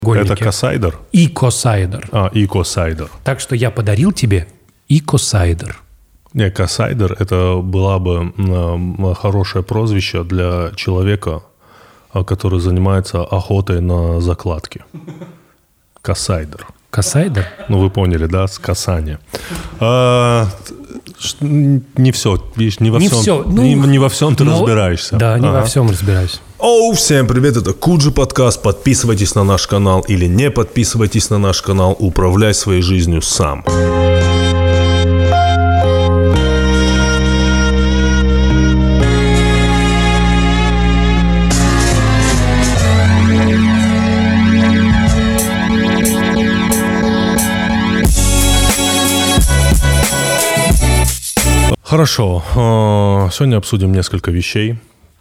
Это косайдер? Икосайдер. Икосайдер. Так что я подарил тебе икосайдер. Не, косайдер — это была бы хорошее прозвище для человека, который занимается охотой на закладки. Косайдер. Косайдер? Ну, вы поняли, да, с касания. Не все, видишь, не во всем ты разбираешься. Да, не во всем разбираюсь. Оу, всем привет, это Куджи подкаст. Подписывайтесь на наш канал или не подписывайтесь на наш канал. Управляй своей жизнью сам. Хорошо. Сегодня обсудим несколько вещей.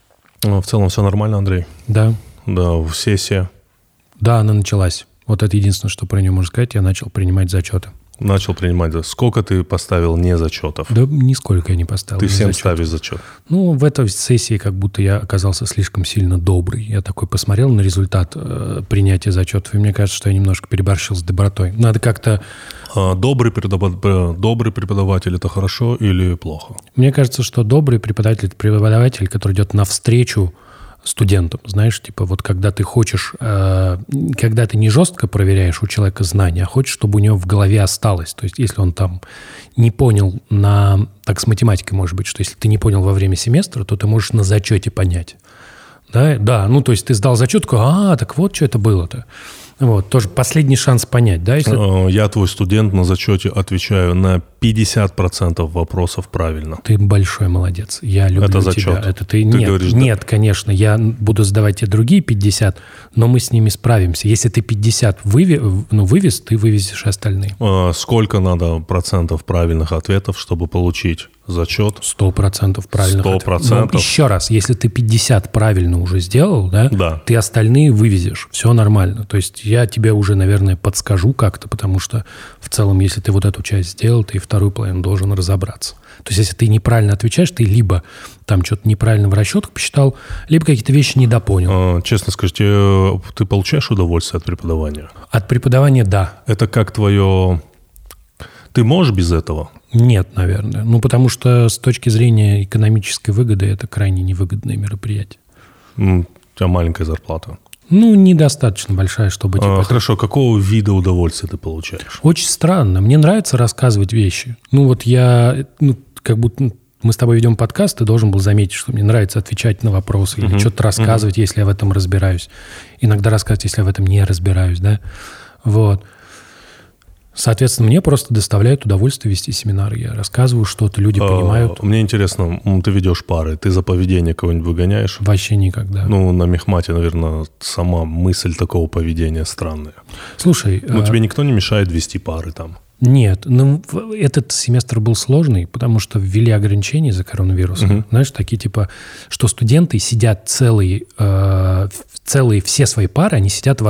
В целом все нормально, Андрей? Да. Да, сессия. Да, она началась. Вот это единственное, что про нее можно сказать. Я начал принимать зачеты. Начал принимать. Сколько ты поставил не зачетов? Да нисколько я не поставил. Ты всем ставишь зачет? Ну, в этой сессии как будто я оказался слишком сильно добрый. Я такой посмотрел на результат принятия зачетов, и мне кажется, что я немножко переборщил с добротой. Надо как-то... Добрый преподаватель – это хорошо или плохо? Мне кажется, что добрый преподаватель – это преподаватель, который идет навстречу студентам. Знаешь, типа вот когда ты хочешь, когда ты не жестко проверяешь у человека знания, а хочешь, чтобы у него в голове осталось. То есть если он там не понял так с математикой может быть, что если ты не понял во время семестра, то ты можешь на зачете понять. Да, ну то есть ты сдал зачет, такой, так вот что это было-то. Вот, тоже последний шанс понять, да? Если... Я твой студент, на зачете отвечаю на 50% вопросов правильно. Ты большой молодец. Я люблю это зачет. тебя. Это ты говоришь, нет, конечно, я буду задавать тебе другие 50, но мы с ними справимся. Если ты 50 вывез, ты вывезешь остальные. Сколько надо процентов правильных ответов, чтобы получить зачет? 100% правильных 100%. ответов. Но еще раз, если ты 50 правильно уже сделал, да, ты остальные вывезешь. Все нормально. То есть я тебе уже, наверное, подскажу как-то, потому что в целом, если ты вот эту часть сделал, ты и вторую половину должен разобраться. То есть если ты неправильно отвечаешь, ты либо там что-то неправильно в расчетах посчитал, либо какие-то вещи недопонял. Честно скажите, ты получаешь удовольствие от преподавания? От преподавания – да. Это как твое... Ты можешь без этого? Нет, наверное. Ну, потому что с точки зрения экономической выгоды это крайне невыгодное мероприятие. У тебя маленькая зарплата. Ну, недостаточно большая, чтобы... Хорошо, какого вида удовольствия ты получаешь? Очень странно. Мне нравится рассказывать вещи. Ну, вот я... как будто мы с тобой ведем подкаст, ты должен был заметить, что мне нравится отвечать на вопросы или что-то рассказывать, если я в этом разбираюсь. Иногда рассказывать, если я в этом не разбираюсь, да? Вот. Соответственно, мне просто доставляет удовольствие вести семинары. Я рассказываю что-то, люди понимают. Мне интересно, ты ведешь пары, ты за поведение кого-нибудь выгоняешь? Вообще никогда. Ну, на мехмате, наверное, сама мысль такого поведения странная. Слушай... тебе никто не мешает вести пары там? Нет, этот семестр был сложный, потому что ввели ограничения из-за коронавируса. Знаешь, такие типа, что студенты сидят целые все свои пары, они сидят в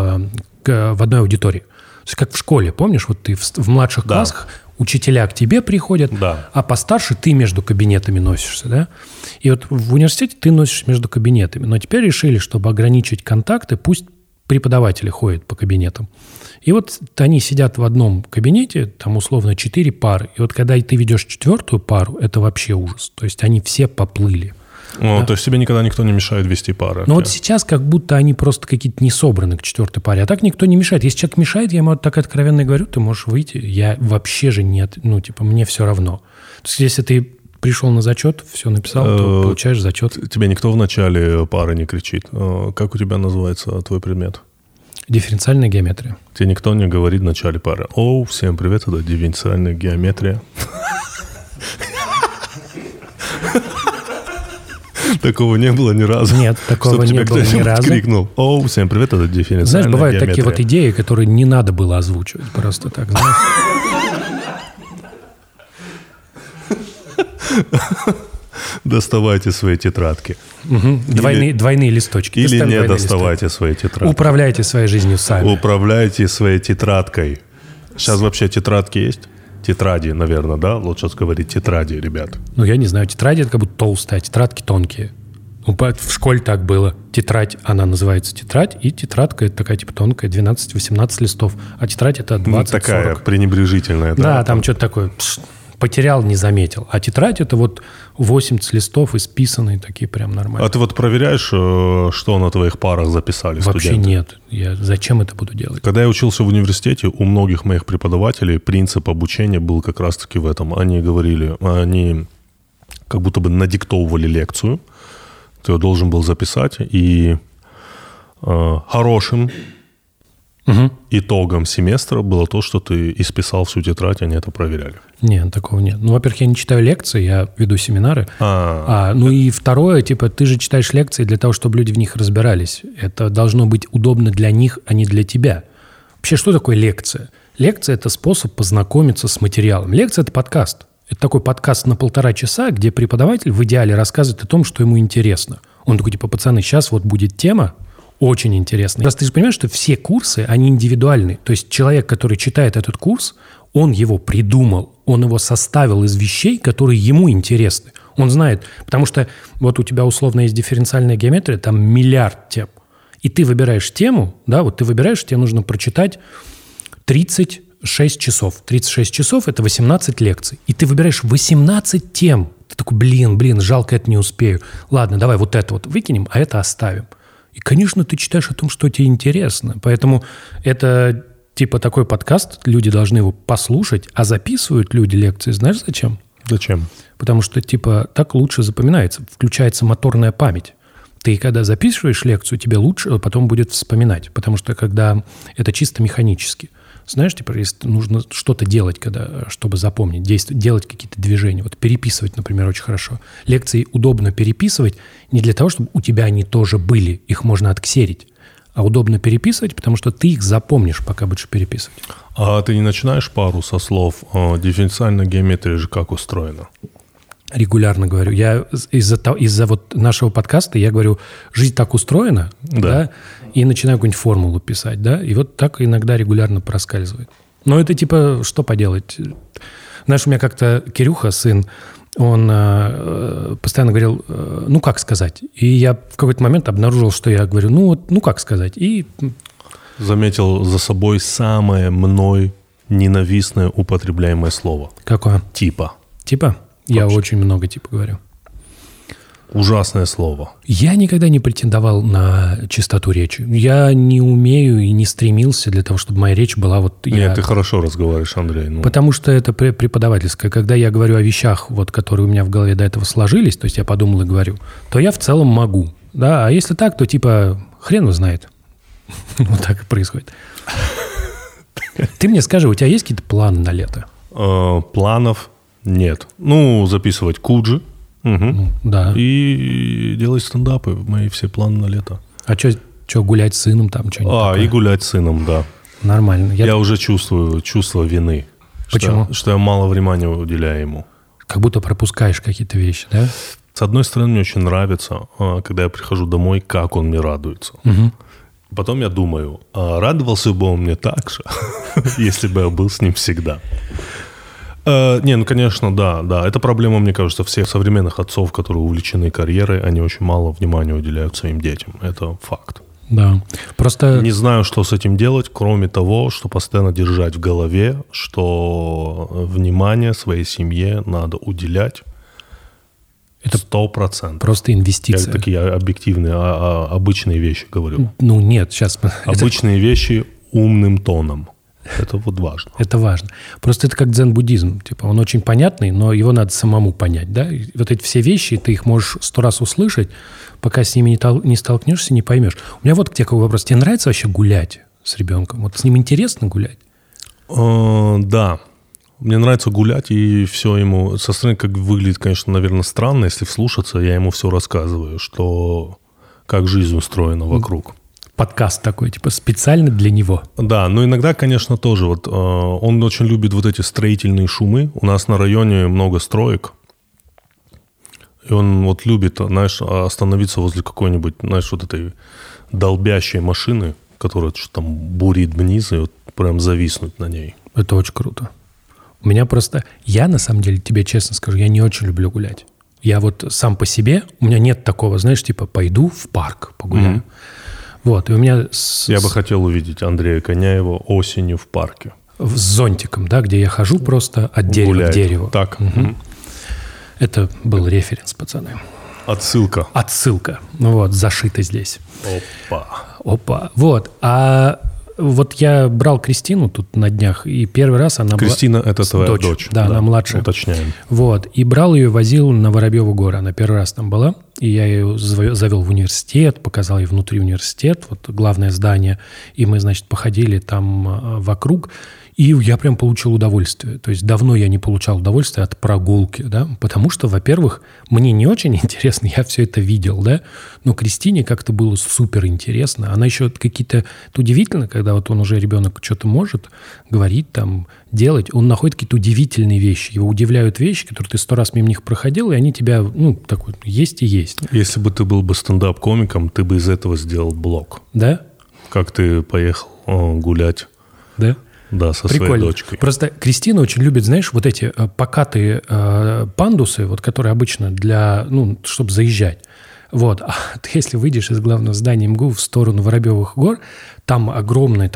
одной аудитории. То есть как в школе, помнишь, вот ты в младших классах, учителя к тебе приходят, а постарше ты между кабинетами носишься, да? И вот в университете ты носишься между кабинетами. Но теперь решили, чтобы ограничить контакты, пусть преподаватели ходят по кабинетам. И вот они сидят в одном кабинете, там условно 4 пары. И вот когда ты ведешь 4-ю пару, это вообще ужас. То есть они все поплыли. То есть тебе никогда никто не мешает вести пары? Но вот сейчас как будто они просто какие-то не собраны к 4-й паре. А так никто не мешает. Если человек мешает, я ему так откровенно говорю, ты можешь выйти. Я вообще же нет, мне все равно. То есть если ты пришел на зачет, все написал, то получаешь зачет. Тебе никто в начале пары не кричит. Как у тебя называется твой предмет? Дифференциальная геометрия. Тебе никто не говорит в начале пары: всем привет, это дифференциальная геометрия. Такого не было ни разу. Нет, такого не было ни разу. Крикнул: всем привет, это дифференциальная геометрия. Знаешь, бывают такие вот идеи, которые не надо было озвучивать. Просто так, знаешь. Доставайте свои тетрадки. Двойные листочки. Или не доставайте свои тетрадки. Управляйте своей жизнью сами. Управляйте своей тетрадкой. Сейчас вообще тетрадки есть? Тетради, наверное, да? Лучше говорить тетради, ребят. Я не знаю. Тетради – это как будто толстые, а тетрадки тонкие. В школе так было. Тетрадь, она называется тетрадь, и тетрадка это такая типа тонкая, 12-18 листов, а тетрадь это 20-40. Такая пренебрежительная. Да, там что-то такое, потерял, не заметил. А тетрадь это вот 80 листов исписанные, такие прям нормальные. А ты вот проверяешь, что на твоих парах записали Вообще студенты? нет. Зачем это буду делать? Когда я учился в университете, у многих моих преподавателей принцип обучения был как раз-таки в этом. Они говорили, они как будто бы надиктовывали лекцию, ты ее должен был записать, и хорошим итогом семестра было то, что ты исписал всю тетрадь, они это проверяли. Нет, такого нет. Ну, во-первых, я не читаю лекции, я веду семинары. Ну и второе, типа, ты же читаешь лекции для того, чтобы люди в них разбирались. Это должно быть удобно для них, а не для тебя. Вообще, что такое лекция? Лекция – это способ познакомиться с материалом. Лекция – это подкаст. Это такой подкаст на 1,5 часа, где преподаватель в идеале рассказывает о том, что ему интересно. Он такой, типа, пацаны, сейчас вот будет тема, очень интересно. Просто ты же понимаешь, что все курсы, они индивидуальны. То есть человек, который читает этот курс, он его придумал, он его составил из вещей, которые ему интересны. Он знает, потому что вот у тебя условно есть дифференциальная геометрия, там миллиард тем. И ты выбираешь тему, да, вот ты выбираешь, тебе нужно прочитать 36 часов. 36 часов – это 18 лекций. И ты выбираешь 18 тем. Ты такой, блин, жалко, это не успею. Ладно, давай вот это вот выкинем, а это оставим. И, конечно, ты читаешь о том, что тебе интересно. Поэтому это типа такой подкаст, люди должны его послушать, а записывают люди лекции. Знаешь, зачем? Зачем? Потому что, типа, так лучше запоминается, включается моторная память. Ты, когда записываешь лекцию, тебе лучше потом будет вспоминать, потому что когда это чисто механически. Знаешь, типа, если нужно что-то делать, чтобы запомнить, делать какие-то движения. Вот переписывать, например, очень хорошо. Лекции удобно переписывать не для того, чтобы у тебя они тоже были, их можно отксерить, а удобно переписывать, потому что ты их запомнишь, пока будешь переписывать. А ты не начинаешь пару со слов «дифференциальная геометрия же как устроена»? Регулярно говорю. Я из-за вот нашего подкаста я говорю, жизнь так устроена, да, и начинаю какую-нибудь формулу писать, да, и вот так иногда регулярно проскальзывает. Но это типа, что поделать? Знаешь, у меня как-то Кирюха, сын, он постоянно говорил, ну как сказать? И я в какой-то момент обнаружил, что я говорю, ну как сказать? И заметил за собой самое мной ненавистное употребляемое слово. Какое? Типа. Типа? Я очень много типа говорю. Ужасное слово. Я никогда не претендовал на чистоту речи. Я не умею и не стремился для того, чтобы моя речь была вот... Нет, ты хорошо разговариваешь, Андрей. Потому что это преподавательское. Когда я говорю о вещах, вот, которые у меня в голове до этого сложились, то есть я подумал и говорю, то я в целом могу. Да? А если так, то типа хрен его знает. Вот так и происходит. Ты мне скажи, у тебя есть какие-то планы на лето? Планов нет. Ну, записывать куджи. Угу. Да. И делать стендапы. Мои все планы на лето. А что гулять с сыном там? Что-нибудь и гулять с сыном, да. Нормально. Я уже чувствую чувство вины. Почему? Что я мало внимания уделяю ему. Как будто пропускаешь какие-то вещи, да? С одной стороны, мне очень нравится, когда я прихожу домой, как он мне радуется. Угу. Потом я думаю, радовался бы он мне так же, если бы я был с ним всегда. Конечно, да. Это проблема, мне кажется, всех современных отцов, которые увлечены карьерой, они очень мало внимания уделяют своим детям. Это факт. Да. Просто... Не знаю, что с этим делать, кроме того, что постоянно держать в голове, что внимание своей семье надо уделять. Это 100%. Просто инвестиция. Я такие объективные, обычные вещи говорю. Ну, нет, сейчас... Обычные вещи умным тоном. Это вот важно. Это важно. Просто это как дзен-буддизм. Типа он очень понятный, но его надо самому понять. Да? И вот эти все вещи, ты их можешь 100 раз услышать, пока с ними не столкнешься, не поймешь. У меня вот к тебе какой вопрос. Тебе нравится вообще гулять с ребенком? Вот с ним интересно гулять? Да. Мне нравится гулять, и все ему... Со стороны как выглядит, конечно, наверное, странно, если вслушаться, я ему все рассказываю, что как жизнь устроена вокруг. Подкаст такой, типа специально для него. Да, но иногда, конечно, тоже. Вот, он очень любит вот эти строительные шумы. У нас на районе много строек. И он вот любит, знаешь, остановиться возле какой-нибудь, знаешь, вот этой долбящей машины, которая что-то там бурит вниз, и вот прям зависнуть на ней. Это очень круто. У меня просто... Я, на самом деле, тебе честно скажу, я не очень люблю гулять. Я вот сам по себе, у меня нет такого, знаешь, типа пойду в парк погуляю. Вот, и у меня... Я бы хотел увидеть Андрея Коняева осенью в парке. С зонтиком, да, где я хожу просто от дерева Гуляет. к дереву. Так. Это был референс, пацаны. Отсылка. Отсылка. Ну вот, зашито здесь. Опа. Вот. А вот я брал Кристину тут на днях, и первый раз она Кристина была... – это твоя дочь. Да, она младшая. Уточняем. Вот. И брал ее, возил на Воробьеву гору. Она первый раз там была. И я ее завел в университет, показал ей внутри университет, вот главное здание. И мы, значит, походили там вокруг. И я прям получил удовольствие. То есть давно я не получал удовольствия от прогулки, да, потому что, во-первых, мне не очень интересно, я все это видел, да, но Кристине как-то было супер интересно. Она еще какие-то... Это удивительно, когда вот он уже, ребенок, что-то может говорить, там, делать, он находит какие-то удивительные вещи. Его удивляют вещи, которые ты 100 раз мимо них проходил, и они тебя, ну, такой, есть и есть. Если бы ты был бы стендап-комиком, ты бы из этого сделал блог. Да? Как ты поехал гулять. Да? Да, со Прикольно. своей дочкой. Просто Кристина очень любит, знаешь, вот эти покатые пандусы, вот, которые обычно для, ну, чтобы заезжать. Вот. А ты, если выйдешь из главного здания МГУ в сторону Воробьевых гор, там огромная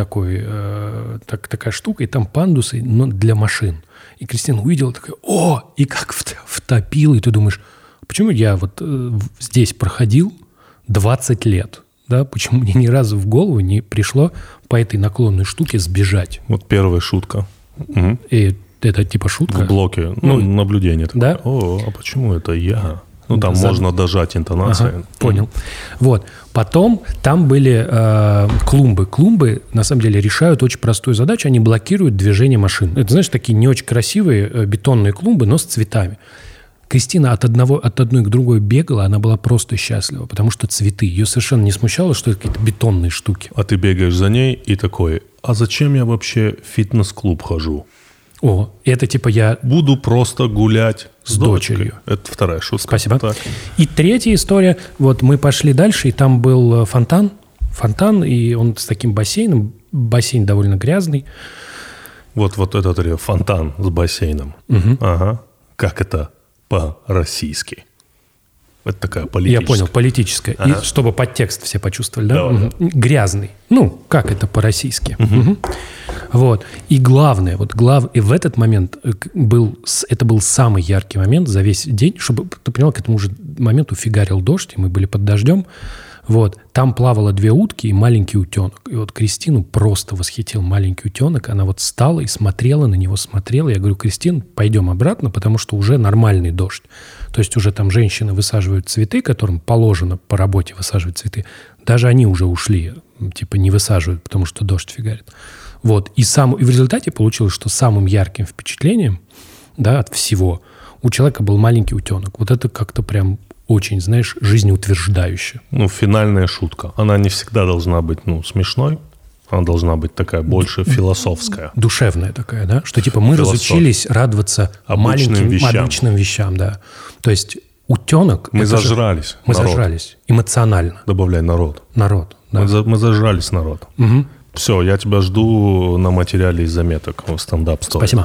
такая штука, и там пандусы, но для машин. И Кристина увидела, такая, о! И как втопила, и ты думаешь, почему я вот здесь проходил 20 лет? Да, почему мне ни разу в голову не пришло по этой наклонной штуке сбежать? Вот первая шутка. Угу. И это типа шутка? В блоке. Ну, наблюдение. Да? О, а почему это я? Ну, там можно дожать интонации. Ага, понял. Вот. Потом там были клумбы. Клумбы, на самом деле, решают очень простую задачу. Они блокируют движение машин. Это, знаешь, такие не очень красивые бетонные клумбы, но с цветами. Кристина от одной к другой бегала, она была просто счастлива, потому что цветы. Ее совершенно не смущало, что это какие-то бетонные штуки. А ты бегаешь за ней и такой, а зачем я вообще в фитнес-клуб хожу? О, это типа я... Буду просто гулять с дочерью. Это вторая шутка. Спасибо. Так. И третья история. Вот мы пошли дальше, и там был фонтан. Фонтан, и он с таким бассейном. Бассейн довольно грязный. Вот этот фонтан с бассейном. Угу. Ага. Как это по-российски? Это такая политическая. Я понял, политическая. Ага. И чтобы подтекст все почувствовали, да? Да. Грязный. Ну, как это по-российски. Угу. Вот. И главное, и в этот момент это был самый яркий момент за весь день, чтобы, ты понимал, к этому уже моменту фигарил дождь, и мы были под дождем. Вот. Там плавало 2 утки и маленький утенок. И вот Кристину просто восхитил маленький утенок. Она вот встала и смотрела на него, смотрела. Я говорю, Кристин, пойдем обратно, потому что уже нормальный дождь. То есть уже там женщины высаживают цветы, которым положено по работе высаживать цветы. Даже они уже ушли, типа не высаживают, потому что дождь фигарит. Вот. И в результате получилось, что самым ярким впечатлением, да, от всего у человека был маленький утенок. Вот это как-то прям очень, знаешь, жизнеутверждающе. Ну, финальная шутка. Она не всегда должна быть, смешной. Она должна быть такая больше философская. Душевная такая, да? Что типа мы разучились радоваться обычным вещам, да. То есть утенок... Мы зажрались. Мы зажрались. Эмоционально. Добавляй народ. Народ, да. Мы зажрались, народ. Угу. Все, я тебя жду на материале из заметок в стендап-сторе. Спасибо.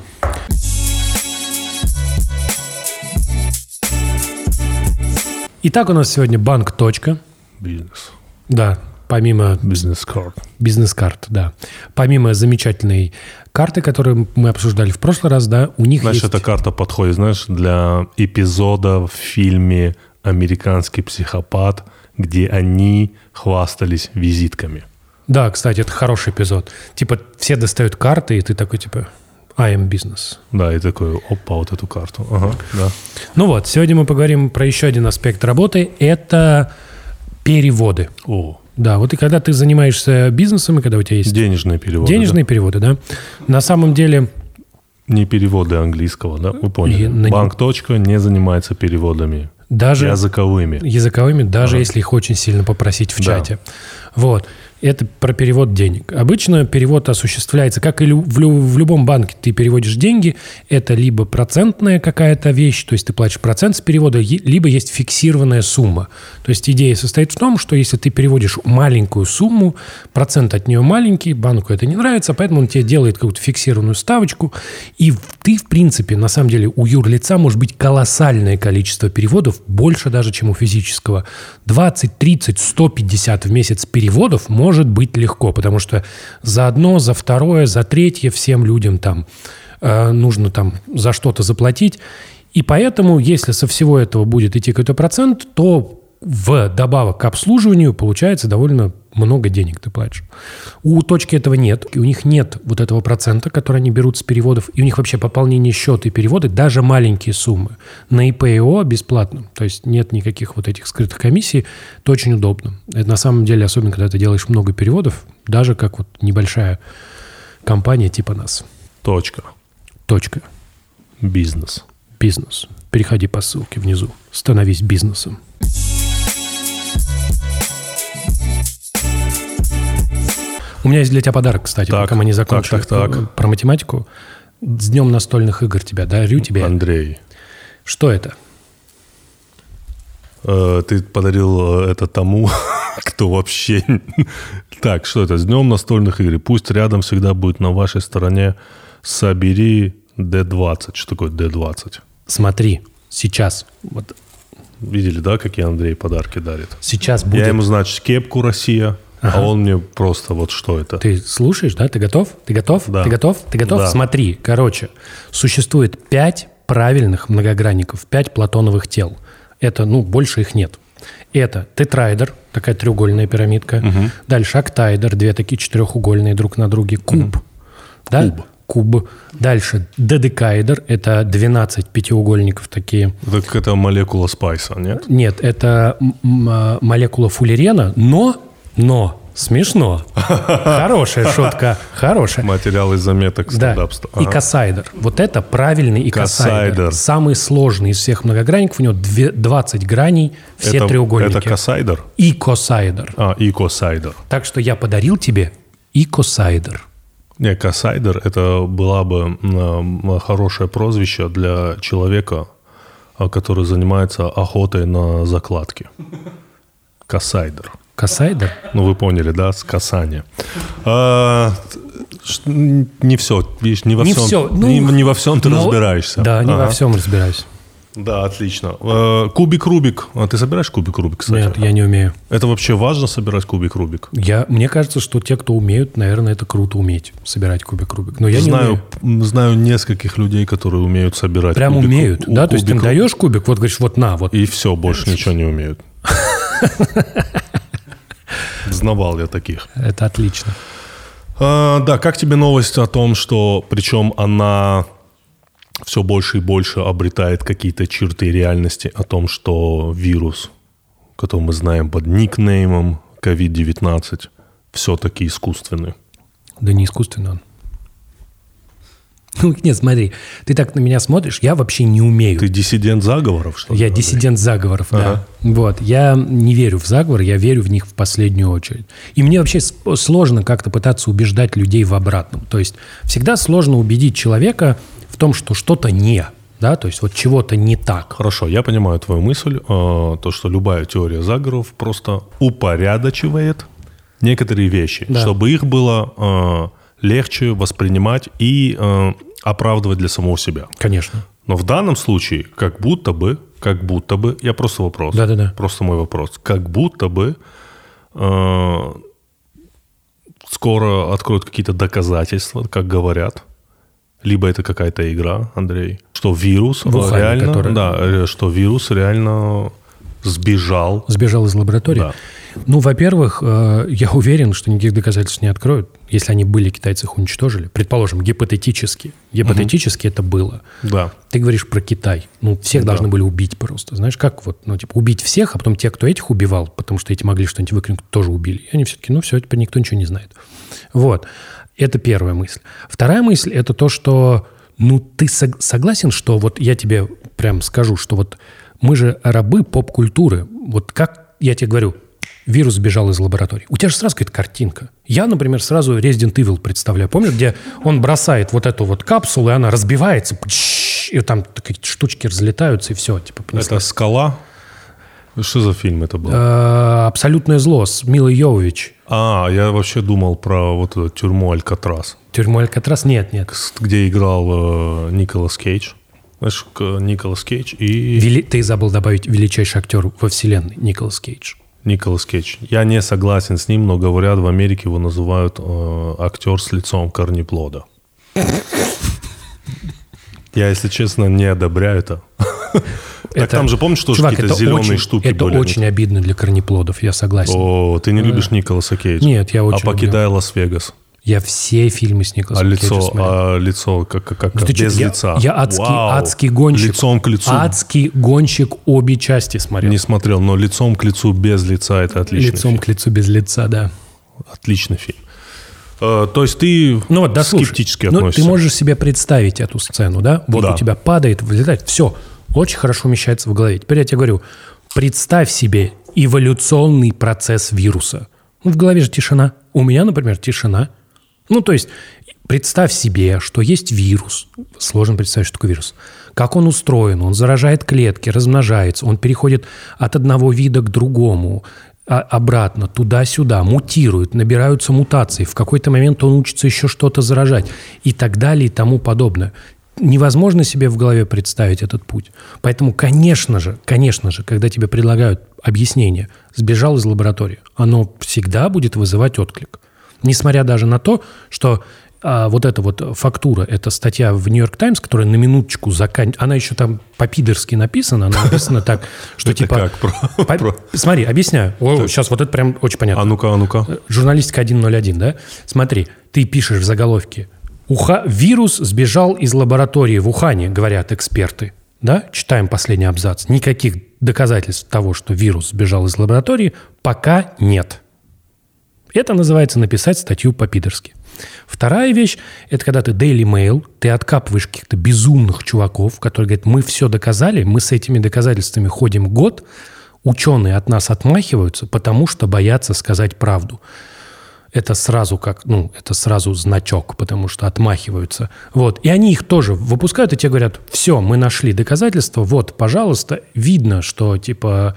Итак, у нас сегодня банк. Бизнес. Да, помимо... Бизнес-карт. Бизнес-карт, да. Помимо замечательной карты, которую мы обсуждали в прошлый раз, да, у них Знаешь, есть... эта карта подходит, для эпизода в фильме «Американский психопат», где они хвастались визитками. Да, кстати, это хороший эпизод. Типа все достают карты, и ты такой, типа... I am business. Да, и такой, опа, вот эту карту. Ага, да. Ну вот, сегодня мы поговорим про еще один аспект работы. Это переводы. О. Да, вот и когда ты занимаешься бизнесом, и когда у тебя есть... Денежные переводы. Денежные переводы, да. На самом деле... Не переводы английского, да? Вы поняли. Банк. Не занимается переводами. Даже языковыми. Языковыми, даже если их очень сильно попросить в чате. Вот. Это про перевод денег. Обычно перевод осуществляется, как и в любом банке ты переводишь деньги, это либо процентная какая-то вещь, то есть ты платишь процент с перевода, либо есть фиксированная сумма. То есть идея состоит в том, что если ты переводишь маленькую сумму, процент от нее маленький, банку это не нравится, поэтому он тебе делает какую-то фиксированную ставочку, и ты, в принципе, на самом деле у юрлица может быть колоссальное количество переводов, больше даже, чем у физического. 20, 30, 150 в месяц переводов может быть легко, потому что за одно, за второе, за третье всем людям там нужно там за что-то заплатить. И поэтому, если со всего этого будет идти какой-то процент, то вдобавок к обслуживанию получается довольно много денег ты платишь. У точки этого нет. У них нет вот этого процента, который они берут с переводов. И у них вообще пополнение счета и переводы, даже маленькие суммы, на ИП и ООО бесплатно. То есть нет никаких вот этих скрытых комиссий. Это очень удобно. Это на самом деле, особенно когда ты делаешь много переводов, даже как вот небольшая компания типа нас. Точка. Бизнес. Переходи по ссылке внизу. Становись бизнесом. У меня есть для тебя подарок, кстати, пока мы не закончили про математику. С днем настольных игр тебя дарю тебе. Андрей. Что это? Ты подарил это тому, кто вообще... Так, что это? С днем настольных игр. Пусть рядом всегда будет на вашей стороне. Собери D20. Что такое D20? Смотри, сейчас. Вот. Видели, да, какие Андрей подарки дарит? Сейчас будет... Я ему, значит, кепку «Россия», а он мне просто вот что это. Ты слушаешь, да? Ты готов? Да. Ты готов? Да. Смотри, короче, существует 5 правильных многогранников, 5 платоновых тел. Это, больше их нет. Это тетраэдр, такая треугольная пирамидка. Угу. Дальше октаэдр, 2 такие четырехугольные друг на друге. Куб. Да? Куб. Дальше додекаэдр, это 12 пятиугольников такие. Так это молекула спайса, нет? Нет, это молекула фуллерена, но смешно. Хорошая шутка, хорошая. Материал из заметок стендапства. Да. Икосаэдр. Вот это правильный икосаэдр. Самый сложный из всех многогранников. У него 20 граней, все треугольники. Это косаэдр? Икосаэдр. Икосаэдр. Так что я подарил тебе икосаэдр. Не, косаэдр – это была бы хорошее прозвище для человека, который занимается охотой на закладки. Косаэдр. Косаэдр? Вы поняли, да, с касания. Не все, видишь, не во всем ты разбираешься. Да, не во всем разбираюсь. Да, отлично. Кубик Рубик. Ты собираешь кубик Рубик, кстати? Нет, я не умею. Это вообще важно собирать кубик Рубик? Мне кажется, что те, кто умеют, наверное, это круто уметь собирать кубик Рубик. Но я не умею. Знаю нескольких людей, которые умеют собирать прям кубик. Прям умеют, да? То есть ты им даешь кубик, вот говоришь, вот на, вот. И все, больше ничего не умеют. Знавал я таких. Это отлично. Да, как тебе новость о том, что, причем она все больше и больше обретает какие-то черты реальности, о том, что вирус, который мы знаем под никнеймом COVID-19, все-таки искусственный? Да не искусственный он. Нет, смотри, ты так на меня смотришь, я вообще не умею. Ты диссидент заговоров, что ли? Я диссидент заговоров, да. Вот, я не верю в заговоры, я верю в них в последнюю очередь. И мне вообще сложно как-то пытаться убеждать людей в обратном. То есть всегда сложно убедить человека в том, что что-то не, да, то есть вот чего-то не так. Хорошо, я понимаю твою мысль, то, что любая теория заговоров просто упорядочивает некоторые вещи, да, чтобы их было легче воспринимать и оправдывать для самого себя. Конечно. Но в данном случае, как будто бы, я просто вопрос, просто мой вопрос, как будто бы скоро откроют какие-то доказательства, как говорят, либо это какая-то игра, Андрей, что вирус что вирус реально сбежал из лаборатории. Да. Во-первых, я уверен, что никаких доказательств не откроют. Если они были, китайцы их уничтожили. Предположим, гипотетически. Гипотетически это было. Да. Ты говоришь про Китай. Всех должны были убить просто. Знаешь, как убить всех, а потом те, кто этих убивал, потому что эти могли что-нибудь выкинуть, тоже убили. И они все-таки, все, теперь никто ничего не знает. Вот. Это первая мысль. Вторая мысль – это то, что, ты согласен, что вот я тебе прям скажу, что вот мы же рабы поп-культуры. Вот как я тебе говорю, вирус сбежал из лаборатории. У тебя же сразу какая-то картинка. Я, например, сразу Resident Evil представляю. Помнишь, где он бросает вот эту вот капсулу, и она разбивается, и там такие штучки разлетаются, и все. Типа, это «Скала»? Что за фильм это был? «Абсолютное зло» с Милой Йовович. Я вообще думал про вот эту «Тюрьму Алькатрас». «Тюрьму Алькатрас»? Нет. Где играл Николас Кейдж. Знаешь, Николас Кейдж и... Ты забыл добавить величайший актер во вселенной Николас Кейдж. Николас Кейдж. Я не согласен с ним, но говорят, в Америке его называют актер с лицом корнеплода. Я, если честно, не одобряю это. Так там же, помнишь, что какие-то зеленые штуки были? Это очень обидно для корнеплодов, я согласен. О, ты не любишь Николаса Кейджа? Нет, я очень люблю. А «Покидая Лас-Вегас»? Я все фильмы с Николасом Кейджем смотрел. Лицо как без лица? Я адский гонщик. Лицом к лицу. Адский гонщик обе части смотрел. Не смотрел, но лицом к лицу без лица – это отличный фильм. Лицом к лицу без лица, да. Отличный фильм. То есть ты скептически относишься? Ты можешь себе представить эту сцену, да? Вот у тебя падает, вылетает, все. Очень хорошо умещается в голове. Теперь я тебе говорю, представь себе эволюционный процесс вируса. В голове же тишина. У меня, например, тишина. То есть представь себе, что есть вирус. Сложно представить, что такое вирус. Как он устроен? Он заражает клетки, размножается. Он переходит от одного вида к другому, обратно, туда-сюда, мутирует, набираются мутации. В какой-то момент он учится еще что-то заражать. И так далее, и тому подобное. Невозможно себе в голове представить этот путь. Поэтому, конечно же, когда тебе предлагают объяснение, сбежал из лаборатории, оно всегда будет вызывать отклик. Несмотря даже на то, что вот эта вот фактура, это статья в «Нью-Йорк Таймс», которая на минуточку она еще там по-пидорски написана, она написана так, что типа... Смотри, объясняю. Сейчас вот это прям очень понятно. А ну-ка. Журналистика 101, да? Смотри, ты пишешь в заголовке: «Вирус сбежал из лаборатории в Ухане», говорят эксперты. Да? Читаем последний абзац. Никаких доказательств того, что вирус сбежал из лаборатории, пока нет. Это называется написать статью по-пидорски. Вторая вещь – это когда ты Daily Mail, ты откапываешь каких-то безумных чуваков, которые говорят: мы все доказали, мы с этими доказательствами ходим год, ученые от нас отмахиваются, потому что боятся сказать правду. Это сразу это сразу значок, потому что отмахиваются. Вот. И они их тоже выпускают, и тебе говорят: все, мы нашли доказательства, вот, пожалуйста, видно, что, типа,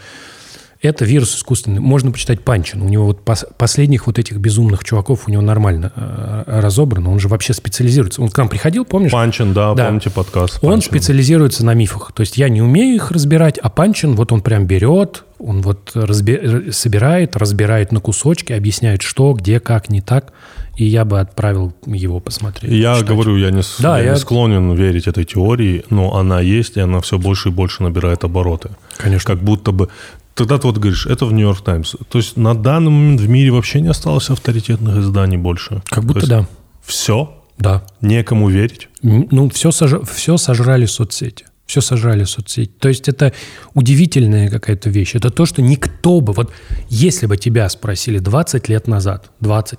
это вирус искусственный. Можно почитать Панчин. У него вот последних вот этих безумных чуваков у него нормально разобрано. Он же вообще специализируется. Он к нам приходил, помнишь? Панчин, да. Помните подкаст? Он специализируется на мифах. То есть я не умею их разбирать, а Панчин вот он прям берет, он вот собирает, разбирает на кусочки, объясняет, что, где, как, не так. И я бы отправил его посмотреть. Я говорю, я не склонен верить этой теории, но она есть, и она все больше и больше набирает обороты. Конечно. Как будто бы... Тогда ты вот говоришь, это в «Нью-Йорк Таймс». То есть на данный момент в мире вообще не осталось авторитетных изданий больше? Как будто да. Все? Да. Некому верить? Все сожрали соцсети. Все сожрали соцсети. То есть это удивительная какая-то вещь. Это то, что никто бы... Вот если бы тебя спросили 20 лет назад,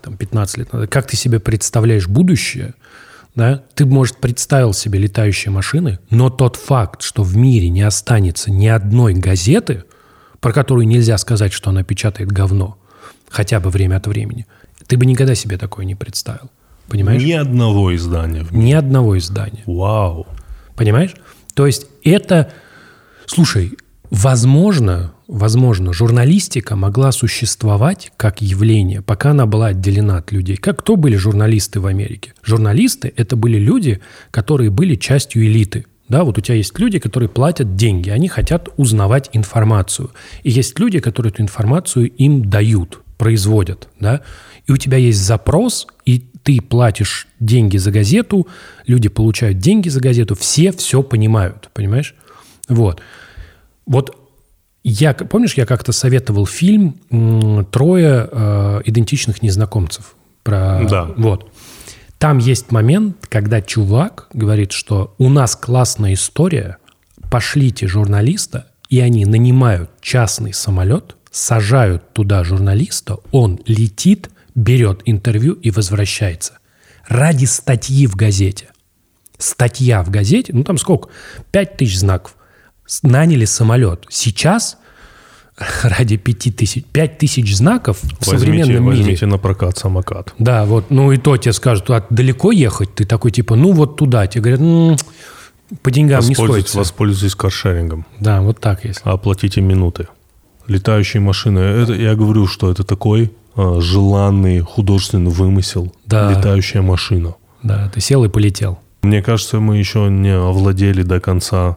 15 лет назад, как ты себе представляешь будущее, да, ты, может, представил себе летающие машины, но тот факт, что в мире не останется ни одной газеты, про которую нельзя сказать, что она печатает говно, хотя бы время от времени, ты бы никогда себе такое не представил. Понимаешь? Ни одного издания. Ни одного издания. Вау. Понимаешь? То есть это... Слушай, возможно, журналистика могла существовать как явление, пока она была отделена от людей. Кто были журналисты в Америке? Журналисты – это были люди, которые были частью элиты. Да, вот у тебя есть люди, которые платят деньги, они хотят узнавать информацию. И есть люди, которые эту информацию им дают, производят. Да? И у тебя есть запрос, и ты платишь деньги за газету, люди получают деньги за газету, все понимают, понимаешь? Вот. Помнишь, я как-то советовал фильм «Трое идентичных незнакомцев». Да. Вот. Там есть момент, когда чувак говорит, что у нас классная история, пошлите журналиста, и они нанимают частный самолет, сажают туда журналиста, он летит, берет интервью и возвращается. Ради статьи в газете. Статья в газете, там сколько? 5000 знаков. Наняли самолет. Сейчас ради 5000 знаков в современном мире. Возьмите на прокат самокат. Да, вот, ну и то тебе скажут, а далеко ехать? Ты такой типа, ну вот туда. Тебе говорят, по деньгам не стоит. Воспользуйтесь каршерингом. Да, вот так есть. Оплатите минуты. Летающие машины. Я говорю, что это такой желанный художественный вымысел. Да. Летающая машина. Да, ты сел и полетел. Мне кажется, мы еще не овладели до конца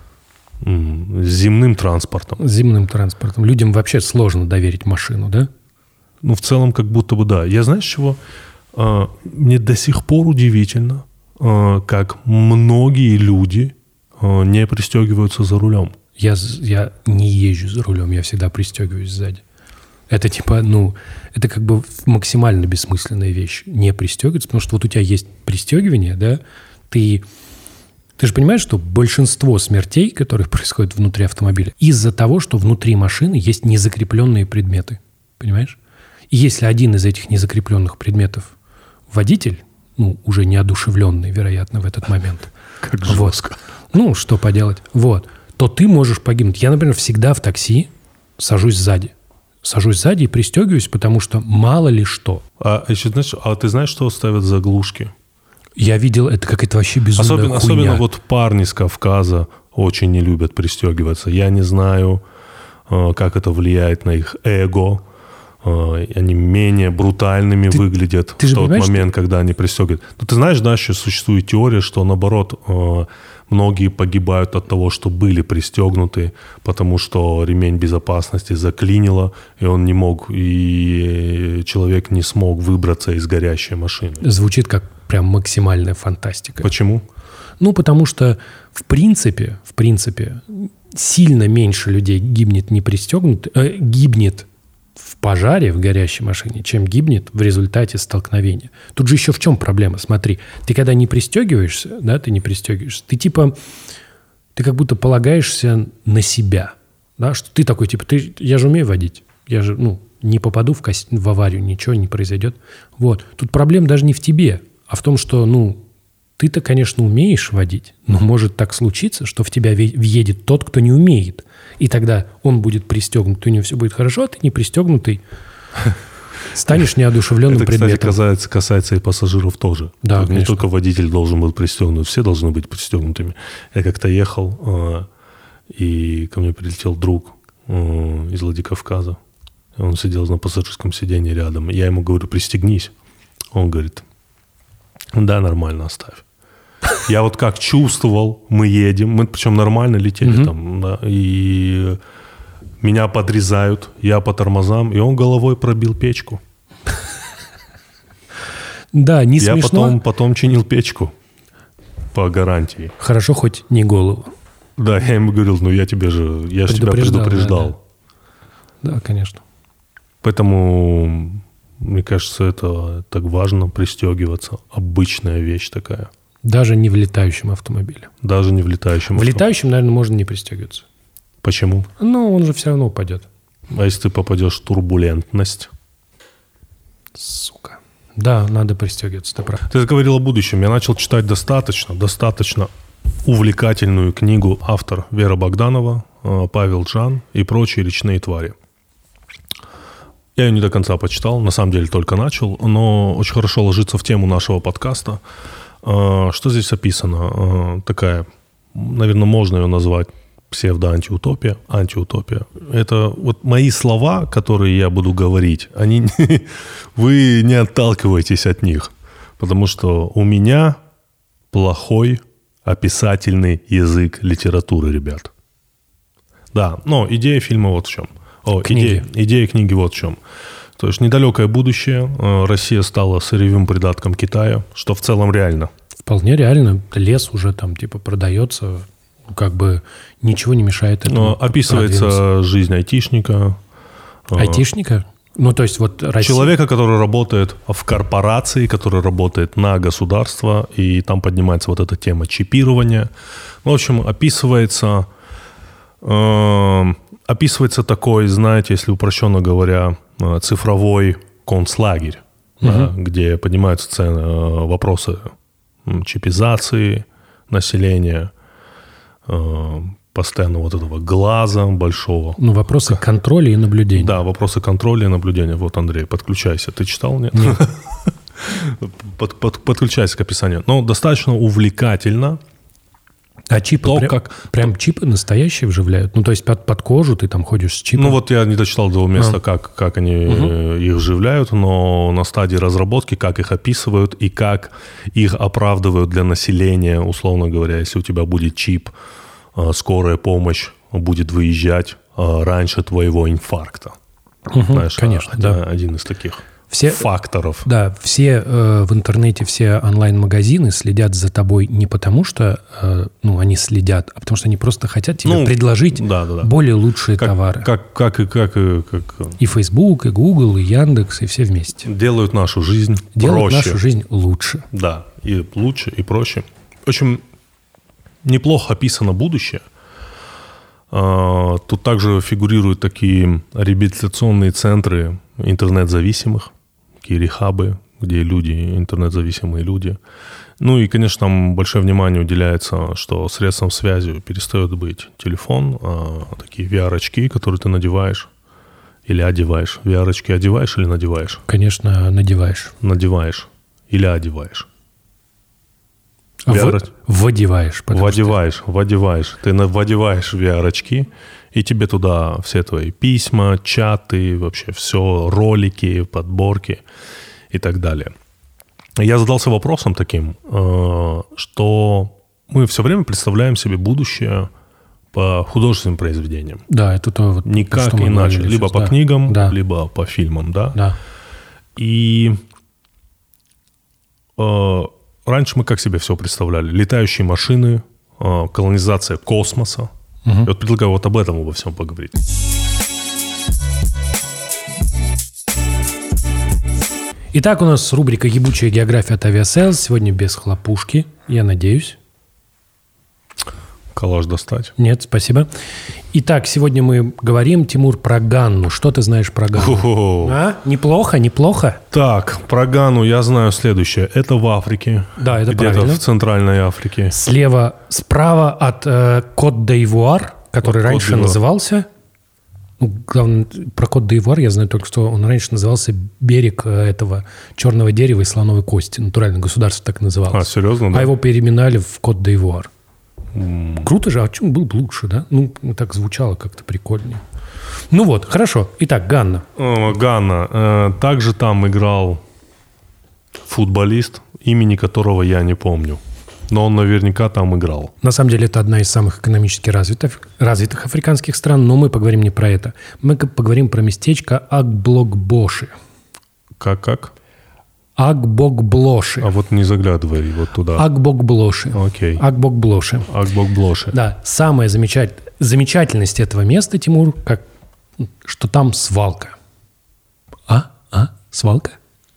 земным транспортом. Земным транспортом. Людям вообще сложно доверить машину, да? Ну, в целом, как будто бы да. Я знаешь чего? Мне до сих пор удивительно, как многие люди не пристегиваются за рулем. Я не езжу за рулем, я всегда пристегиваюсь сзади. Это типа, это как бы максимально бессмысленная вещь. Не пристегиваться, потому что вот у тебя есть пристегивание, да, ты же понимаешь, что большинство смертей, которые происходят внутри автомобиля, из-за того, что внутри машины есть незакрепленные предметы. Понимаешь? И если один из этих незакрепленных предметов водитель, уже неодушевленный, вероятно, в этот момент. Как жестко. Что поделать. То ты можешь погибнуть. Я, например, всегда в такси сажусь сзади. Сажусь сзади и пристегиваюсь, потому что мало ли что. Ты знаешь, что ставят заглушки? Я видел, это какая-то вообще безумная хуйня. Особенно вот парни с Кавказа очень не любят пристегиваться. Я не знаю, как это влияет на их эго. Они менее брутальными выглядят в тот момент, когда они пристегивают. Но ты знаешь, да, еще существует теория, что наоборот, многие погибают от того, что были пристегнуты, потому что ремень безопасности заклинило, и он не мог, и человек не смог выбраться из горящей машины. Звучит как прям максимальная фантастика. Почему? Потому что в принципе, сильно меньше людей гибнет гибнет в пожаре в горящей машине, чем гибнет в результате столкновения. Тут же еще в чем проблема? Смотри, ты когда не пристегиваешься, да, ты как будто полагаешься на себя, да, что ты такой, я же умею водить, я же, не попаду в аварию, ничего не произойдет. Тут проблема даже не в тебе, а в том, что, ты-то, конечно, умеешь водить, но может так случиться, что в тебя въедет тот, кто не умеет. И тогда он будет пристегнут, у него все будет хорошо, а ты не пристегнутый станешь неодушевленным предметом. Это, кстати, касается и пассажиров тоже. Да, не только водитель должен быть пристегнут, все должны быть пристегнутыми. Я как-то ехал, и ко мне прилетел друг из Владикавказа. Он сидел на пассажирском сиденье рядом. Я ему говорю, пристегнись. Он говорит, да, нормально, оставь. Я вот как чувствовал, мы едем, мы причем нормально летели там, да, и меня подрезают, я по тормозам, и он головой пробил печку. Да, не смешно. Я потом чинил печку по гарантии. Хорошо, хоть не голову. Да, я ему говорил, я же тебя предупреждал. Да, конечно. Поэтому, мне кажется, это так важно пристегиваться. Обычная вещь такая. Даже не в летающем автомобиле. Даже не в летающем автомобиле. В летающем, наверное, можно не пристегиваться. Почему? Он же все равно упадет. А если ты попадешь в турбулентность? Сука. Да, надо пристегиваться, ты прав. Ты говорил о будущем. Я начал читать достаточно увлекательную книгу автор Вера Богданова, Павел Джан и прочие речные твари. Я ее не до конца почитал, на самом деле только начал, но очень хорошо ложится в тему нашего подкаста. Что здесь описано? Такая, наверное, можно ее назвать псевдо-антиутопия. Антиутопия. Это вот мои слова, которые я буду говорить, вы не отталкивайтесь от них, потому что у меня плохой описательный язык литературы, ребят. Да, но идея фильма вот в чем. Идея книги вот в чем. То есть недалекое будущее. Россия стала сырьевым придатком Китая, что в целом реально. Вполне реально. Лес уже там продается. Как бы ничего не мешает этому. Описывается жизнь айтишника. Айтишника? То есть вот Россия... Человека, который работает в корпорации, который работает на государство, и там поднимается вот эта тема чипирования. В общем, описывается такой, знаете, если упрощенно говоря, цифровой концлагерь, да, где поднимаются вопросы чипизации населения, постоянно вот этого глаза большого. Ну, вопросы контроля и наблюдения. Да, вопросы контроля и наблюдения. Вот, Андрей, подключайся. Ты читал, нет? Нет. Подключайся к описанию. Но достаточно увлекательно. А чипы, прям чипы настоящие вживляют? Ну, то есть под кожу ты там ходишь с чипом? Ну, вот я не дочитал до места, как они их вживляют, но на стадии разработки, как их описывают и как их оправдывают для населения, условно говоря, если у тебя будет чип, скорая помощь будет выезжать раньше твоего инфаркта. Знаешь, конечно, да. Один из таких факторов. Да, все в интернете, все онлайн-магазины следят за тобой не потому, что они следят, а потому что они просто хотят тебе предложить более лучшие товары. Как и Facebook, и Google, и Яндекс, и все вместе. Делают нашу жизнь проще. Делают нашу жизнь лучше. Да, и лучше, и проще. В общем, неплохо описано будущее. Тут также фигурируют такие реабилитационные центры интернет-зависимых, такие рехабы, где люди, интернет-зависимые люди. Ну и, конечно, там большое внимание уделяется, что средством связи перестает быть телефон, а такие VR-очки, которые ты надеваешь или одеваешь. VR-очки одеваешь или надеваешь? Конечно, надеваешь. Надеваешь или одеваешь? Водеваешь. Водеваешь. Ты водеваешь VR-очки, и тебе туда все твои письма, чаты, вообще все, ролики, подборки и так далее. Я задался вопросом таким, что мы все время представляем себе будущее по художественным произведениям. Да, это то, вот, никак иначе. Либо по книгам, либо по фильмам, да? Да. И раньше мы как себе все представляли? Летающие машины, колонизация космоса. Я вот предлагаю вот об этом обо всем поговорить. Итак, у нас рубрика «Ебучая география» от Aviasales. Сегодня без хлопушки, я надеюсь. Коллаж достать? Нет, спасибо. Итак, сегодня мы говорим, Тимур, про Ганну. Что ты знаешь про Ганну? Неплохо? Так, про Ганну я знаю следующее. Это в Африке. Да, это где-то правильно. В Центральной Африке. Справа от Кот-д'Ивуар, который раньше назывался... главное, про Кот-д'Ивуар я знаю только, что он раньше назывался берег этого черного дерева и слоновой кости. Натуральное государство так называлось. А, серьезно? Да? А его переименовали в Кот-д'Ивуар. Круто же, а чем был бы лучше, да? Ну, так звучало как-то прикольнее. Ну вот, хорошо. Итак, Ганна. Ганна. Также там играл футболист, имени которого я не помню. Но он наверняка там играл. На самом деле, это одна из самых экономически развитых африканских стран, но мы поговорим не про это. Мы поговорим про местечко Агбогблоши. Как? Агбогблоши. А вот не заглядывай вот туда. Агбогблоши. Окей. Агбогблоши. Да. Самая замечательность этого места, Тимур, что там свалка. Свалка?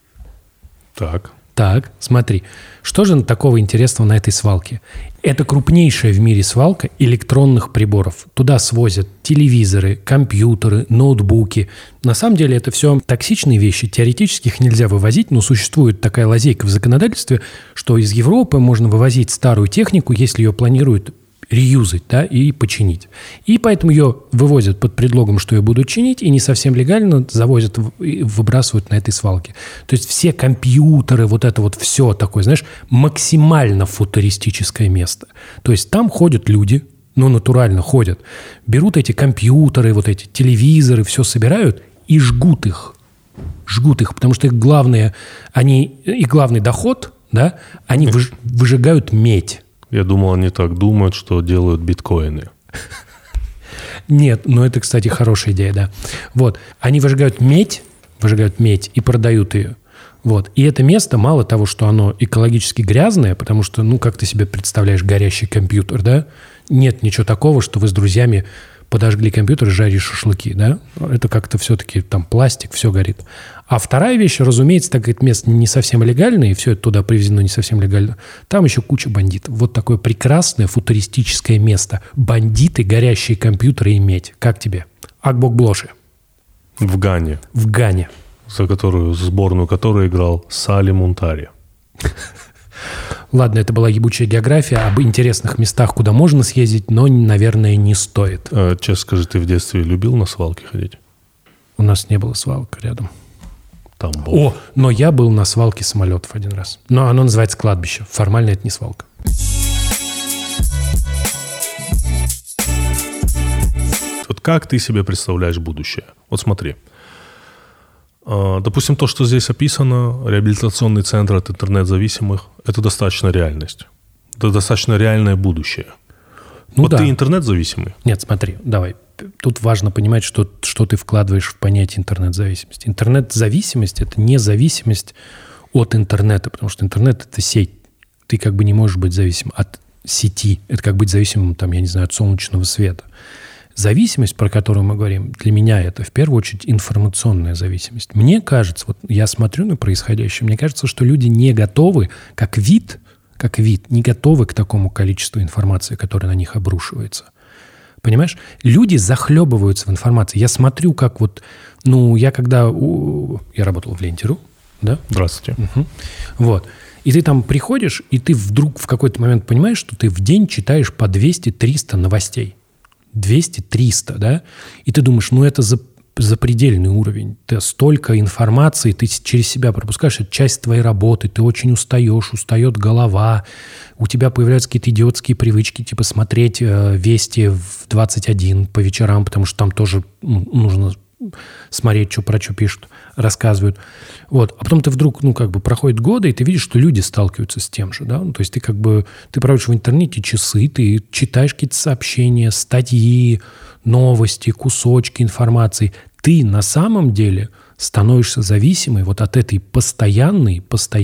Так, смотри. Что же такого интересного на этой свалке? Это крупнейшая в мире свалка электронных приборов. Туда свозят телевизоры, компьютеры, ноутбуки. На самом деле это все токсичные вещи. Теоретически их нельзя вывозить, но существует такая лазейка в законодательстве, что из Европы можно вывозить старую технику, если ее планируют реюзать, да, и починить. И поэтому ее вывозят под предлогом, что ее будут чинить, и не совсем легально завозят и выбрасывают на этой свалке. То есть все компьютеры, вот это вот все такое, знаешь, максимально футуристическое место. То есть там ходят люди, натурально ходят, берут эти компьютеры, вот эти телевизоры, все собирают и жгут их, потому что их главный доход, да, они выжигают медь. Я думал, они так думают, что делают биткоины. Нет, это, кстати, хорошая идея, да. Вот, они выжигают медь и продают ее. Вот. И это место, мало того, что оно экологически грязное, потому что, как ты себе представляешь горящий компьютер, да? Нет ничего такого, что вы с друзьями подожгли компьютер и жарили шашлыки, да? Это как-то все-таки там пластик, все горит. А вторая вещь, разумеется, так как это место не совсем легальное, и все это туда привезено не совсем легально, там еще куча бандитов. Вот такое прекрасное футуристическое место. Бандиты, горящие компьютеры и медь. Как тебе? Агбогблоши. В Гане. За сборную которой играл Сали Мунтари. Ладно, это была ебучая география об интересных местах, куда можно съездить, но, наверное, не стоит. Честно скажи, ты в детстве любил на свалке ходить? У нас не было свалок рядом. Там был. Но я был на свалке самолетов один раз. Но оно называется кладбище. Формально это не свалка. Вот как ты себе представляешь будущее? Вот смотри. Допустим, то, что здесь описано, реабилитационный центр от интернет-зависимых, это достаточно реальность. Это достаточно реальное будущее. Ну, вот да. Ты интернет-зависимый? Нет, смотри, давай. Тут важно понимать, что ты вкладываешь в понятие интернет-зависимости. Интернет-зависимость – это не зависимость от интернета, потому что интернет – это сеть. Ты как бы не можешь быть зависим от сети. Это как быть зависимым, там, я не знаю, от солнечного света. Зависимость, про которую мы говорим, для меня это в первую очередь информационная зависимость. Мне кажется, вот я смотрю на происходящее, мне кажется, что люди не готовы, как вид, не готовы к такому количеству информации, которая на них обрушивается. Понимаешь? Люди захлебываются в информации. Я смотрю, как вот, я работал в Ленте.ру, да? Здравствуйте. Угу. Вот. И ты там приходишь, и ты вдруг в какой-то момент понимаешь, что ты в день читаешь по 200-300 новостей. 200-300, да? И ты думаешь, это запредельный уровень. Ты столько информации, ты через себя пропускаешь, это часть твоей работы, ты очень устаешь, устает голова, у тебя появляются какие-то идиотские привычки, типа смотреть вести в 21 по вечерам, потому что там тоже нужно смотреть, что про что пишут, рассказывают. Вот. А потом ты вдруг, проходят годы, и ты видишь, что люди сталкиваются с тем же, да? То есть ты проводишь в интернете часы, ты читаешь какие-то сообщения, статьи, новости, кусочки информации. Ты на самом деле становишься зависимой вот от этой постоянного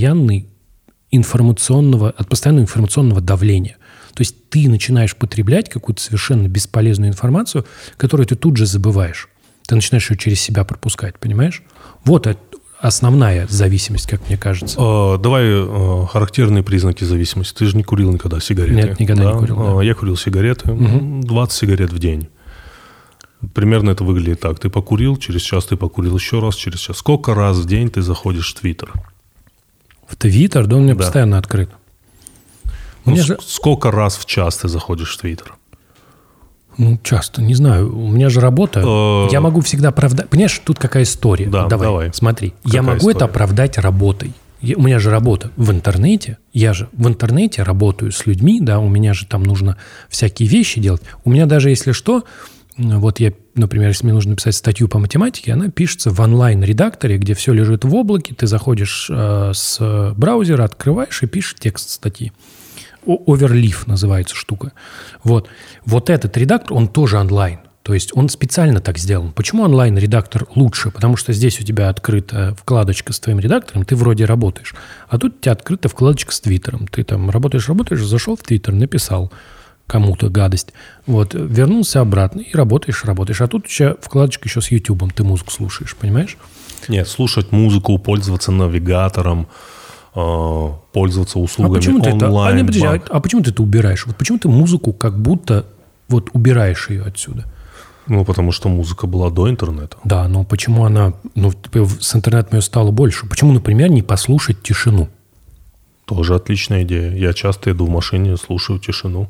информационного давления. То есть ты начинаешь потреблять какую-то совершенно бесполезную информацию, которую ты тут же забываешь. Ты начинаешь ее через себя пропускать, понимаешь? Вот основная зависимость, как мне кажется. Давай характерные признаки зависимости. Ты же не курил никогда сигареты. Нет, никогда не курил. Да. Я курил сигареты, 20 сигарет в день. Примерно это выглядит так. Ты покурил, через час ты покурил еще раз, через час. Сколько раз в день ты заходишь в Твиттер? В Твиттер? Да он у меня постоянно открыт. Сколько раз в час ты заходишь в Твиттер? Часто, не знаю. У меня же работа. Я могу всегда оправдать. Понимаешь, тут какая история? Да, давай. Смотри. Я могу это оправдать работой. У меня же работа в интернете. Я же в интернете работаю с людьми, да, у меня же там нужно всякие вещи делать. У меня даже, если что, вот я, например, если мне нужно написать статью по математике, она пишется в онлайн-редакторе, где все лежит в облаке, ты заходишь с браузера, открываешь и пишешь текст статьи. Оверлиф называется штука. Вот этот редактор, он тоже онлайн. То есть он специально так сделан. Почему онлайн-редактор лучше? Потому что здесь у тебя открыта вкладочка с твоим редактором, ты вроде работаешь. А тут у тебя открыта вкладочка с Твиттером. Ты там работаешь, зашел в Твиттер, написал кому-то гадость. Вернулся обратно и работаешь. А тут у тебя вкладочка еще с Ютубом, ты музыку слушаешь, понимаешь? Нет, слушать музыку, пользоваться навигатором, пользоваться услугами онлайн. А почему ты это убираешь? Почему ты музыку как будто убираешь ее отсюда? Потому что музыка была до интернета. Да, но почему она... с интернетом ее стало больше. Почему, например, не послушать тишину? Тоже отличная идея. Я часто иду в машине, слушаю тишину.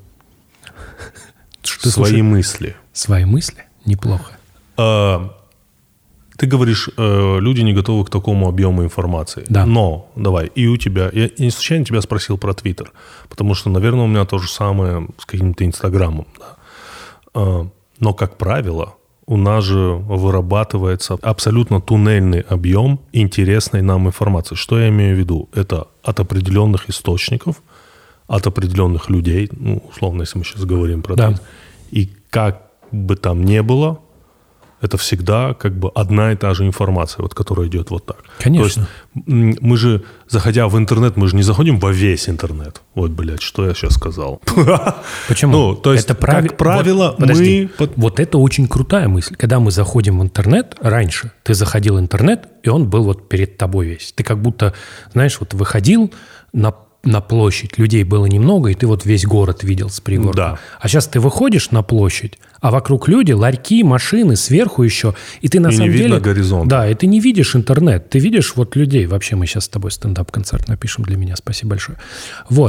Свои мысли. Свои мысли? Неплохо. Ты говоришь, люди не готовы к такому объему информации. Да. Но, давай, и у тебя... Я не случайно тебя спросил про Твиттер, потому что, наверное, у меня то же самое с каким-то Инстаграмом. Да. Но, как правило, у нас же вырабатывается абсолютно туннельный объем интересной нам информации. Что я имею в виду? Это от определенных источников, от определенных людей, условно, если мы сейчас говорим про Твиттер. И как бы там ни было, это всегда как бы одна и та же информация, которая идет вот так. Конечно. То есть мы же, заходя в интернет, мы же не заходим во весь интернет. Что я сейчас сказал? Почему? То есть, как правило, мы... Вот это очень крутая мысль. Когда мы заходим в интернет, раньше ты заходил в интернет, и он был перед тобой весь. Ты как будто, знаешь, выходил на на площадь, людей было немного, и ты вот весь город видел с пригорка. Да. А сейчас ты выходишь на площадь, а вокруг люди, ларьки, машины, сверху еще, и ты на самом деле... не видно горизонта. Да, и ты не видишь интернет, ты видишь вот людей. Вообще мы сейчас с тобой стендап-концерт напишем для меня, спасибо большое. Вот.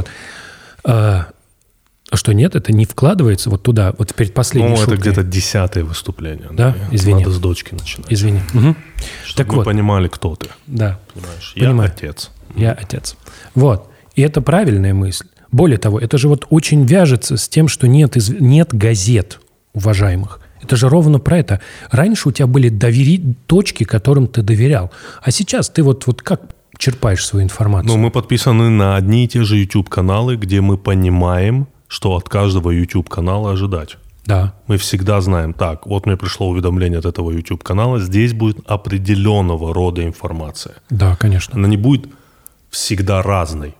А что, нет, это не вкладывается вот туда, вот перед последней шуткой? Это где-то 10-е выступление. Да? Извини. Надо с дочки начинать. Извини. Угу. Чтобы Так мы вот. понимали, кто ты. Да. Понимаешь? Понимаю. Я отец. Я отец. Вот. И это правильная мысль. Более того, это же вот очень вяжется с тем, что нет газет, уважаемых. Это же ровно про это. Раньше у тебя были точки, которым ты доверял. А сейчас ты вот как черпаешь свою информацию? Ну, мы подписаны на одни и те же YouTube-каналы, где мы понимаем, что от каждого YouTube-канала ожидать. Да. Мы всегда знаем, так, вот мне пришло уведомление от этого YouTube-канала, здесь будет определенного рода информация. Да, конечно. Она не будет всегда разной.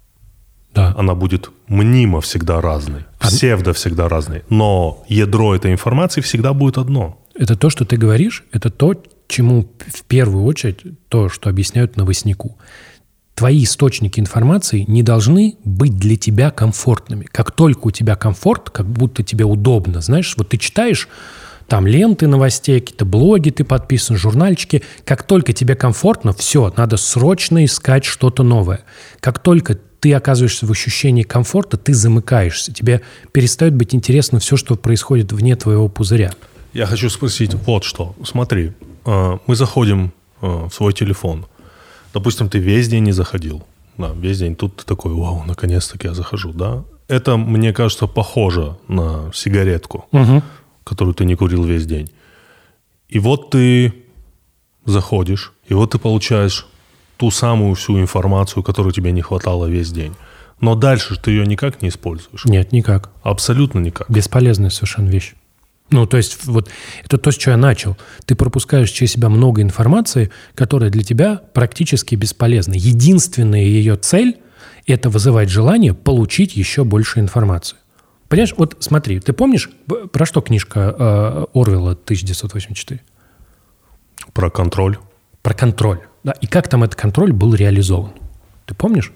Да. Она будет мнимо всегда разной, псевдо всегда разной. Но ядро этой информации всегда будет одно. Это то, что ты говоришь, это то, чему в первую очередь, то, что объясняют новостнику. Твои источники информации не должны быть для тебя комфортными. Как только у тебя комфорт, как будто тебе удобно, знаешь, вот ты читаешь там ленты новостей, какие-то блоги ты подписан, журнальчики. Как только тебе комфортно, все, надо срочно искать что-то новое. Как только ты оказываешься в ощущении комфорта, ты замыкаешься. Тебе перестает быть интересно все, что происходит вне твоего пузыря. Я хочу спросить вот что. Смотри, мы заходим в свой телефон. Допустим, ты весь день не заходил. Да, весь день. Тут ты такой, вау, наконец-таки я захожу, да? Это, мне кажется, похоже на сигаретку, которую ты не курил весь день. И вот ты заходишь, и вот ты получаешь ту самую всю информацию, которую тебе не хватало весь день. Но дальше ты ее никак не используешь. Нет, никак. Абсолютно никак. Бесполезная совершенно вещь. Ну, то есть, вот это то, с чего я начал. Ты пропускаешь через себя много информации, которая для тебя практически бесполезна. Единственная ее цель – это вызывать желание получить еще больше информации. Понимаешь, вот смотри, ты помнишь, про что книжка Орвелла 1984? Про контроль. Про контроль. Да, и как там этот контроль был реализован? Ты помнишь?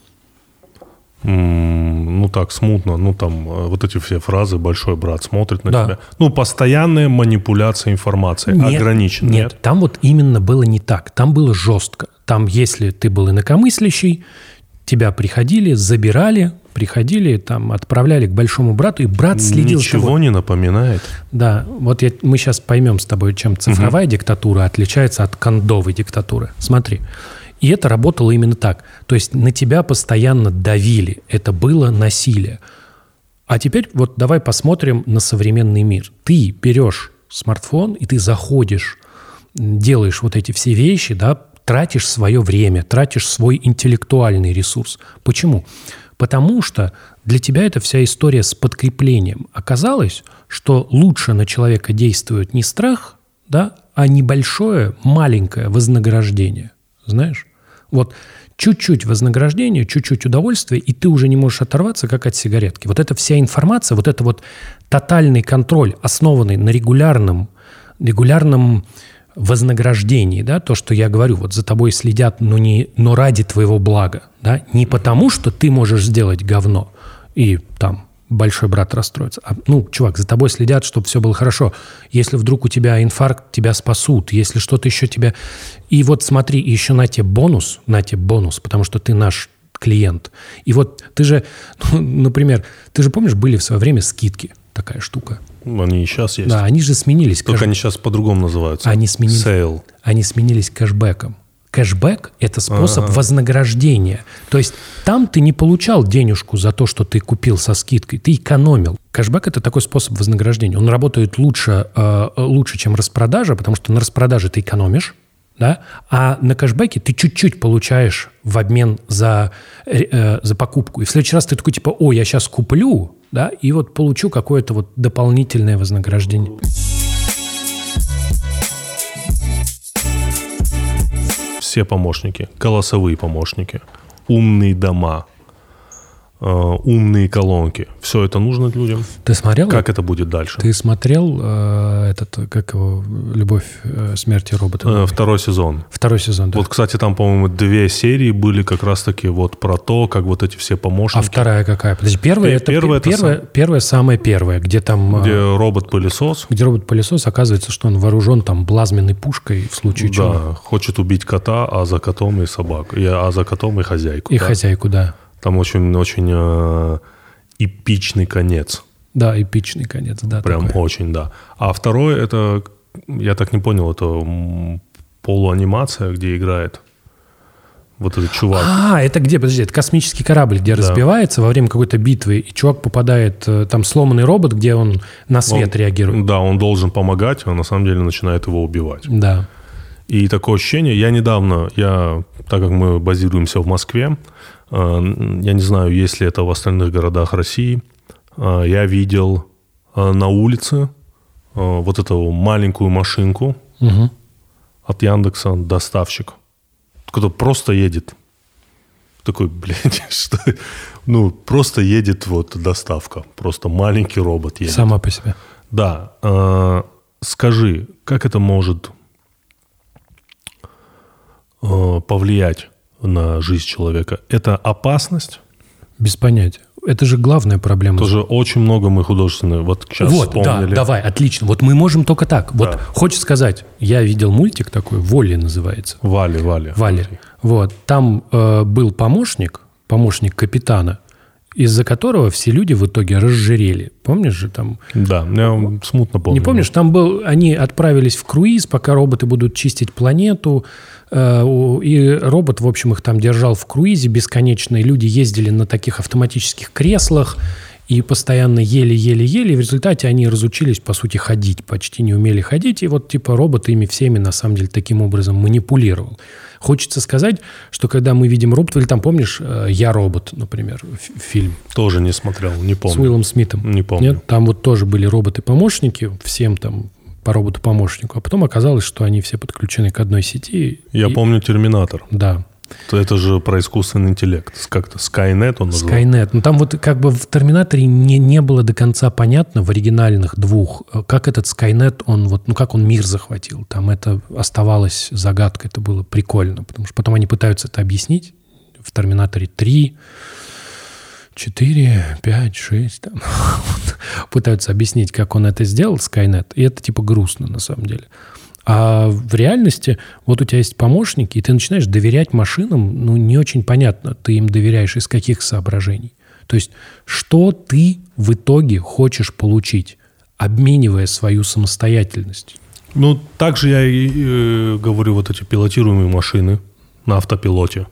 Ну так, смутно. Ну там вот эти все фразы «большой брат смотрит на Да. тебя». Ну, постоянная манипуляция информацией, ограниченная. Нет, там вот именно было не так. Там было жестко. Там, если ты был инакомыслящий, тебя приходили, забирали, приходили, там, отправляли к большому брату, и брат следил за тобой. Ничего не напоминает. Да, вот мы сейчас поймем с тобой, чем цифровая диктатура отличается от кондовой диктатуры. Смотри. И это работало именно так. То есть на тебя постоянно давили. Это было насилие. А теперь вот давай посмотрим на современный мир. Ты берешь смартфон, и ты заходишь, делаешь вот эти все вещи, да, тратишь свое время, тратишь свой интеллектуальный ресурс. Почему? Потому что для тебя эта вся история с подкреплением. Оказалось, что лучше на человека действует не страх, да, а небольшое, маленькое вознаграждение. Знаешь? Вот чуть-чуть вознаграждения, чуть-чуть удовольствия, и ты уже не можешь оторваться, как от сигаретки. Вот эта вся информация, вот это вот тотальный контроль, основанный на регулярном вознаграждении, да, то, что я говорю, вот за тобой следят, но ради твоего блага, да, не потому, что ты можешь сделать говно и там большой брат расстроится. Чувак, за тобой следят, чтобы все было хорошо. Если вдруг у тебя инфаркт, тебя спасут. Если что-то еще тебя... И вот смотри, еще на тебе бонус, потому что ты наш клиент. И вот ты же, например, ты же помнишь, были в свое время скидки, такая штука. Они и сейчас есть. Да, они же сменились. Только они сейчас по-другому называются. Они сменились кэшбэком. Кэшбэк – это способ вознаграждения. То есть там ты не получал денежку за то, что ты купил со скидкой, ты экономил. Кэшбэк – это такой способ вознаграждения. Он работает лучше, чем распродажа, потому что на распродаже ты экономишь, да? А на кэшбэке ты чуть-чуть получаешь в обмен за покупку. И в следующий раз ты такой типа, я сейчас куплю, да, и вот получу какое-то вот дополнительное вознаграждение. Все помощники, голосовые помощники, умные дома, умные колонки. Все это нужно людям? Ты смотрел? Как это будет дальше? Ты смотрел как его, «Любовь, смерть и роботы»? Второй сезон. Второй сезон, да. Вот, кстати, там, по-моему, 2 серии были как раз-таки вот про то, как вот эти все помощники. А вторая какая? Подожди, первая самая первая, где там... Где робот-пылесос. Где робот-пылесос, оказывается, что он вооружен там плазменной пушкой в случае чего. Да, хочет убить кота, а за котом и собаку. А за котом и хозяйку. И хозяйку, да. Там очень эпичный конец. Да, эпичный конец, да. Прям такой. Очень, да. А второй, это, я так не понял, это полуанимация, где играет вот этот чувак. Это где? Подожди, это космический корабль, где разбивается во время какой-то битвы, и чувак попадает, там сломанный робот, где он на свет реагирует. Да, он должен помогать, а на самом деле начинает его убивать. Да. И такое ощущение, так как мы базируемся в Москве, я не знаю, есть ли это в остальных городах России, я видел на улице вот эту маленькую машинку от Яндекса, доставщик, который просто едет. Такой, что? Просто едет вот доставка. Просто маленький робот едет. Сама по себе. Да. Скажи, как это может повлиять на жизнь человека? Это опасность? Без понятия. Это же главная проблема. Тоже очень много мы художественные. Вот сейчас вспомнили. Да, давай, отлично. Вот мы можем только так. Да. Вот хочешь сказать, я видел мультик такой, «Волли» называется. Валли. Вот. Там был помощник капитана, из-за которого все люди в итоге разжирели. Помнишь же там? Да, я смутно помню. Не помнишь? Там они отправились в круиз, пока роботы будут чистить планету, и робот, в общем, их там держал в круизе бесконечно, и люди ездили на таких автоматических креслах и постоянно ели, и в результате они разучились, по сути, ходить, почти не умели ходить, и вот типа робот ими всеми, на самом деле, таким образом манипулировал. Хочется сказать, что когда мы видим робота, или там, помнишь, «Я робот», например, фильм? Тоже не смотрел, не помню. С Уиллом Смитом. Не помню. Нет? Там вот тоже были роботы-помощники, всем там по роботу-помощнику, а потом оказалось, что они все подключены к одной сети. Я помню «Терминатор». Да. Это же про искусственный интеллект. Как-то Skynet он назвал. Skynet. Ну, там вот как бы в «Терминаторе» не было до конца понятно в оригинальных двух, как этот Skynet, как он мир захватил. Там это оставалось загадкой, это было прикольно. Потому что потом они пытаются это объяснить в «Терминаторе 3», 4, 5, 6. Там. Пытаются объяснить, как он это сделал, Skynet. И это типа грустно на самом деле. А в реальности вот у тебя есть помощники, и ты начинаешь доверять машинам, не очень понятно, ты им доверяешь из каких соображений. То есть, что ты в итоге хочешь получить, обменивая свою самостоятельность? Также я и говорю, вот эти пилотируемые машины на автопилоте.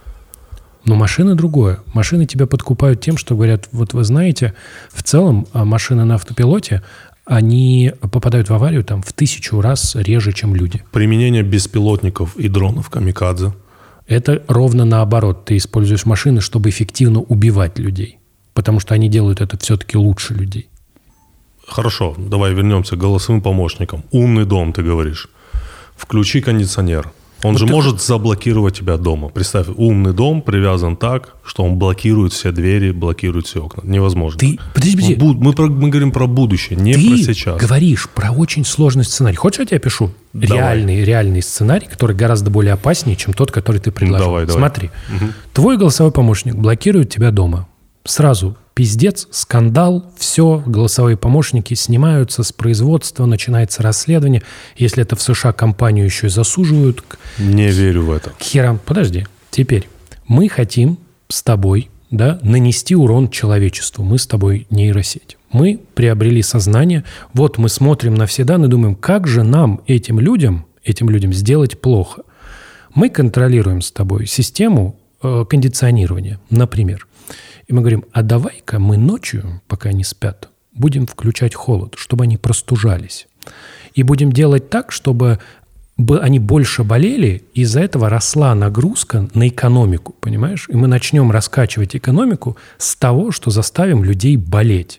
Но машины другое. Машины тебя подкупают тем, что говорят, вот вы знаете, в целом машины на автопилоте, они попадают в аварию там в 1000 раз реже, чем люди. Применение беспилотников и дронов камикадзе. Это ровно наоборот. Ты используешь машины, чтобы эффективно убивать людей. Потому что они делают это все-таки лучше людей. Хорошо, давай вернемся к голосовым помощникам. Умный дом, ты говоришь. Включи кондиционер. Он же может заблокировать тебя дома. Представь, умный дом привязан так, что он блокирует все двери, блокирует все окна. Невозможно. Подожди. Мы говорим про будущее, не про сейчас. Ты говоришь про очень сложный сценарий. Хочешь, я тебе пишу? Реальный сценарий, который гораздо более опаснее, чем тот, который ты предложил. Давай. Смотри. Твой голосовой помощник блокирует тебя дома. Сразу пиздец, скандал, все, голосовые помощники снимаются с производства, начинается расследование. Если это в США, компанию еще и засуживают. Не верю в это. К херам. Подожди. Теперь мы хотим с тобой нанести урон человечеству. Мы с тобой нейросеть. Мы приобрели сознание. Вот мы смотрим на все данные, думаем, как же нам, этим людям сделать плохо. Мы контролируем с тобой систему кондиционирования, например. И мы говорим, а давай-ка мы ночью, пока они спят, будем включать холод, чтобы они простужались. И будем делать так, чтобы они больше болели, и из-за этого росла нагрузка на экономику, понимаешь? И мы начнем раскачивать экономику с того, что заставим людей болеть.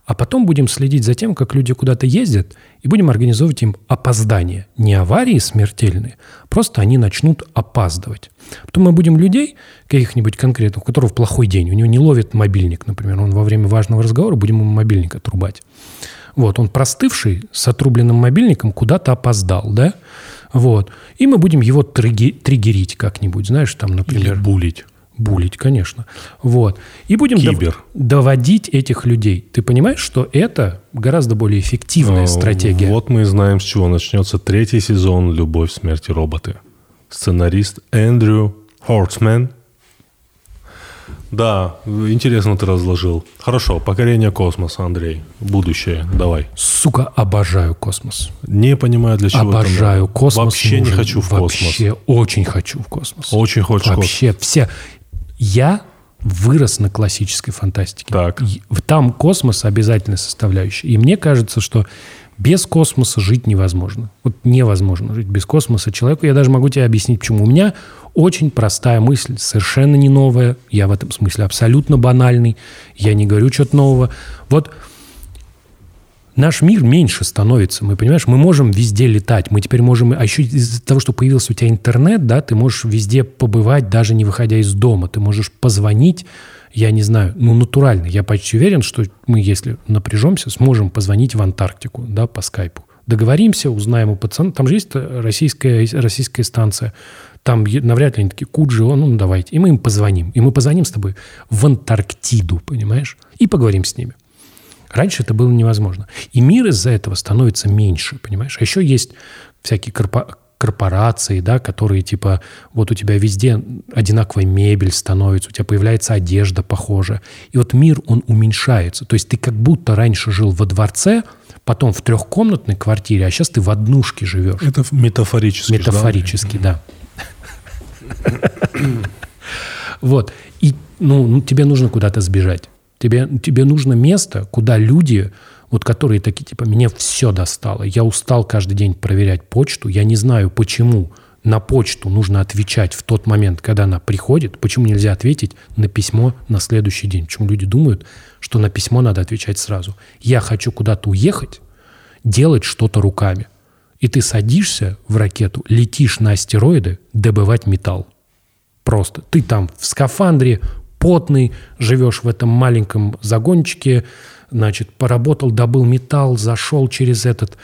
А потом будем следить за тем, как люди куда-то ездят, и будем организовывать им опоздание. Не аварии смертельные, просто они начнут опаздывать. Потом мы будем людей, каких-нибудь конкретных, у которого плохой день, у него не ловит мобильник, например, он во время важного разговора, будем ему мобильник отрубать. Вот, он простывший, с отрубленным мобильником, куда-то опоздал, да? Вот. И мы будем его триггерить как-нибудь, знаешь, там, например... Или булить. Булить, конечно. Вот. И будем доводить этих людей. Ты понимаешь, что это гораздо более эффективная стратегия? Вот мы и знаем, с чего начнется 3-й сезон «Любовь, смерть и роботы». Сценарист Эндрю Хортсман. Да, интересно ты разложил. Хорошо, покорение космоса, Андрей. Будущее, давай. Сука, обожаю космос. Не понимаю, для чего. Обожаю космос. Вообще не хочу в космос. Вообще очень хочу в космос. Очень хочешь в космос. Вообще все... Я вырос на классической фантастике. Так. Там космос обязательная составляющая. И мне кажется, что без космоса жить невозможно. Вот невозможно жить без космоса человеку. Я даже могу тебе объяснить, почему. У меня очень простая мысль, совершенно не новая. Я в этом смысле абсолютно банальный. Я не говорю что-то нового. Вот наш мир меньше становится, мы, понимаешь, мы можем везде летать, мы теперь можем, а еще из-за того, что появился у тебя интернет, да, ты можешь везде побывать, даже не выходя из дома, ты можешь позвонить, я не знаю, натурально, я почти уверен, что мы, если напряжемся, сможем позвонить в Антарктику, да, по скайпу, договоримся, узнаем у пацанов, там же есть российская станция, там навряд ли они такие, Куджи, давайте, и мы им позвоним, и мы позвоним с тобой в Антарктиду, понимаешь, и поговорим с ними. Раньше это было невозможно. И мир из-за этого становится меньше, понимаешь? А еще есть всякие корпорации, да, которые типа вот у тебя везде одинаковая мебель становится, у тебя появляется одежда похожая. И вот мир, он уменьшается. То есть ты как будто раньше жил во дворце, потом в 3-комнатной квартире, а сейчас ты в однушке живешь. Это метафорически. Метафорически, да. Вот. И тебе нужно куда-то сбежать. Тебе нужно место, куда люди, вот которые такие, типа, меня все достало, я устал каждый день проверять почту, я не знаю, почему на почту нужно отвечать в тот момент, когда она приходит, почему нельзя ответить на письмо на следующий день, почему люди думают, что на письмо надо отвечать сразу. Я хочу куда-то уехать, делать что-то руками. И ты садишься в ракету, летишь на астероиды, добывать металл. Просто. Ты там в скафандре, потный, живешь в этом маленьком загончике, значит, поработал, добыл металл, зашел через этот,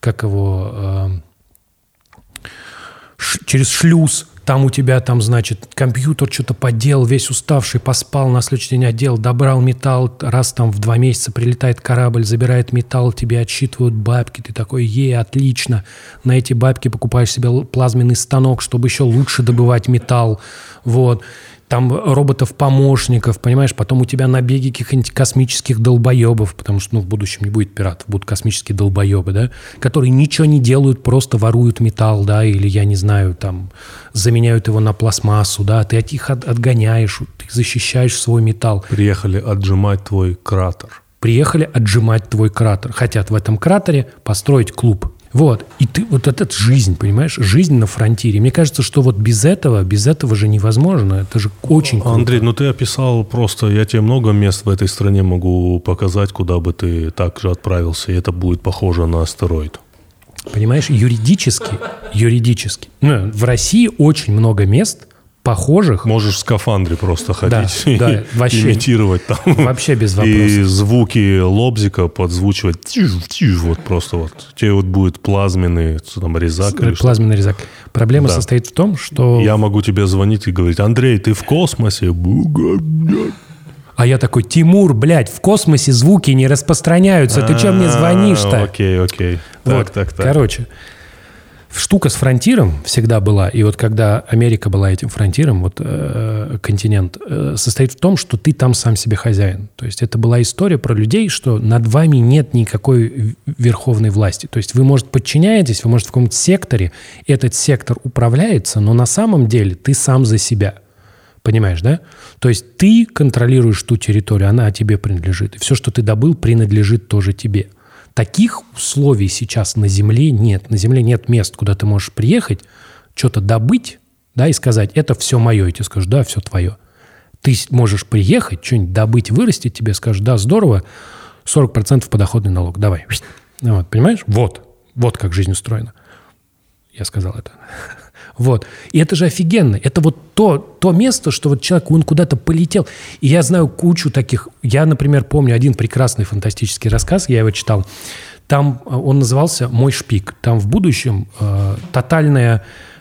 через шлюз, там у тебя, значит, компьютер что-то поделал, весь уставший, поспал, на следующий день одел, добрал металл, раз там в 2 месяца прилетает корабль, забирает металл, тебе отсчитывают бабки, ты такой, отлично, на эти бабки покупаешь себе плазменный станок, чтобы еще лучше добывать металл, вот. Там роботов-помощников, понимаешь, потом у тебя набеги каких-нибудь космических долбоебов, потому что в будущем не будет пиратов, будут космические долбоебы, да, которые ничего не делают, просто воруют металл, да, или, я не знаю, там, заменяют его на пластмассу, да, ты от них отгоняешь, ты защищаешь свой металл. Приехали отжимать твой кратер. Хотят в этом кратере построить клуб. Вот. И ты, вот это жизнь, понимаешь? Жизнь на фронтире. Мне кажется, что вот без этого же невозможно. Это же очень круто. Андрей, ты описал просто... Я тебе много мест в этой стране могу показать, куда бы ты также отправился, и это будет похоже на астероид. Понимаешь, юридически. В России очень много мест, похожих. Можешь в скафандре просто ходить вообще, имитировать там. Вообще без вопросов. И звуки лобзика подзвучивать. Вот просто вот. Тебе вот будет плазменный резак. Плазменный резак. Проблема состоит в том, что... Я могу тебе звонить и говорить: Андрей, ты в космосе? А я такой: Тимур, блядь, в космосе звуки не распространяются. Ты что мне звонишь-то? Окей. Так. Короче, штука с фронтиром всегда была, и вот когда Америка была этим фронтиром, континент, состоит в том, что ты там сам себе хозяин. То есть это была история про людей, что над вами нет никакой верховной власти. То есть вы, может, подчиняетесь, вы, может, в каком-то секторе, этот сектор управляется, но на самом деле ты сам за себя. Понимаешь, да? То есть ты контролируешь ту территорию, она тебе принадлежит. И все, что ты добыл, принадлежит тоже тебе. Таких условий сейчас на Земле нет. На Земле нет мест, куда ты можешь приехать, что-то добыть, да, и сказать: это все мое. И тебе скажут: да, все твое. Ты можешь приехать, что-нибудь добыть, вырастить, тебе скажут: да, здорово, 40% подоходный налог. Давай. Вот, понимаешь? Вот как жизнь устроена. Я сказал это. Вот. И это же офигенно. Это вот то место, что вот человек, он куда-то полетел. И я знаю кучу таких. Я, например, помню один прекрасный фантастический рассказ, я его читал. Там он назывался «Мой шпик». Там в будущем тотальная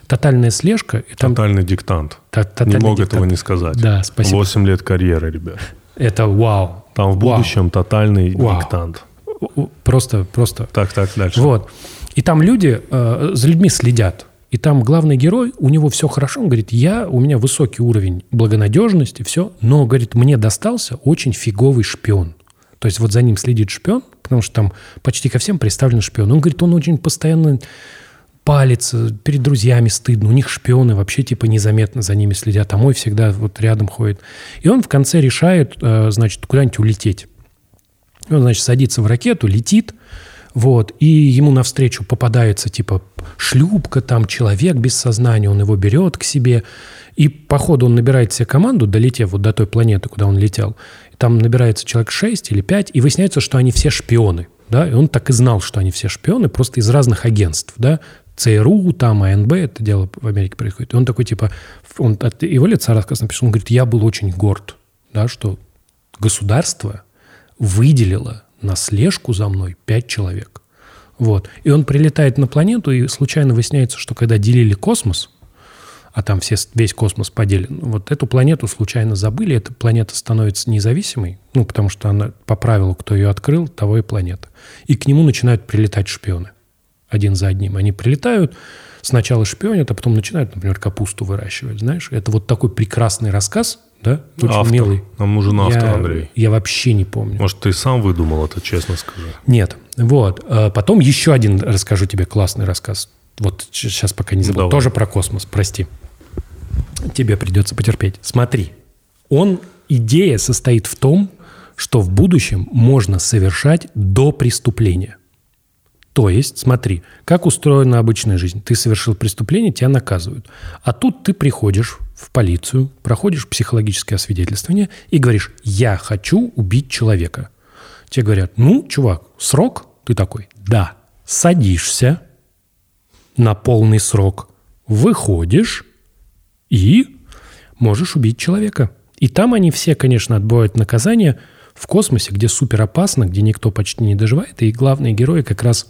слежка. И там... Тотальный диктант. Не мог этого не сказать. Да, спасибо. 8 лет карьеры, ребят. Это вау. Там в будущем тотальный диктант. Просто. Так, дальше. Вот. И там люди за людьми следят. И там главный герой, у него все хорошо. Он говорит, у меня высокий уровень благонадежности, все. Но, говорит, мне достался очень фиговый шпион. То есть вот за ним следит шпион, потому что там почти ко всем представлен шпион. Он говорит, он очень постоянно палится, перед друзьями стыдно. У них шпионы вообще типа незаметно за ними следят, а мой всегда вот рядом ходит. И он в конце решает, значит, куда-нибудь улететь. Он, значит, садится в ракету, летит, вот, и ему навстречу попадается типа шлюпка, там человек без сознания, он его берет к себе, и по ходу он набирает себе команду, долетев вот до той планеты, куда он летел, и там набирается человек 6 или 5, и выясняется, что они все шпионы, да, и он так и знал, что они все шпионы, просто из разных агентств, да, ЦРУ, там, АНБ, это дело в Америке происходит. И он такой, типа, от его лица рассказ написан, он говорит, я был очень горд, да, что государство выделило на слежку за мной 5 человек. Вот. И он прилетает на планету, и случайно выясняется, что когда делили космос, а там весь космос поделен, вот эту планету случайно забыли, эта планета становится независимой, ну, потому что она по правилу, кто ее открыл, того и планета. И к нему начинают прилетать шпионы. Один за одним. Они прилетают, сначала шпионят, а потом начинают, например, капусту выращивать, знаешь. Это вот такой прекрасный рассказ, да? Очень автор. Милый. Нам нужен автор, Андрей. Я вообще не помню. Может, ты сам выдумал это, честно скажи? Нет. Вот. Потом еще один расскажу тебе классный рассказ. Вот сейчас пока не забыл. Давай. Тоже про космос, прости. Тебе придется потерпеть. Смотри. Идея состоит в том, что в будущем можно совершать до преступления. То есть, смотри, как устроена обычная жизнь. Ты совершил преступление, тебя наказывают. А тут ты приходишь в полицию, проходишь психологическое освидетельствование и говоришь, я хочу убить человека. Тебе говорят, ну, чувак, срок? Ты такой, да. Садишься на полный срок, выходишь и можешь убить человека. И там они все, конечно, отбывают наказание в космосе, где супер опасно, где никто почти не доживает. И главные герои как раз,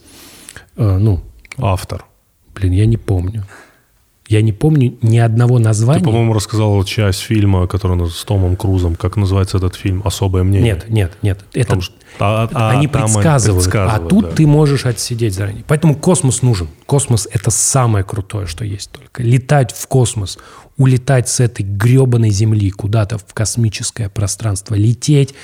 Автор. Блин, я не помню. Я не помню ни одного названия. Ты, по-моему, рассказал часть фильма, который с Томом Крузом. Как называется этот фильм? «Особое мнение». Нет. Это они там предсказывают. А тут да. ты можешь отсидеть заранее. Поэтому космос нужен. Космос – это самое крутое, что есть только. Летать в космос, улетать с этой гребаной Земли куда-то в космическое пространство. Лететь,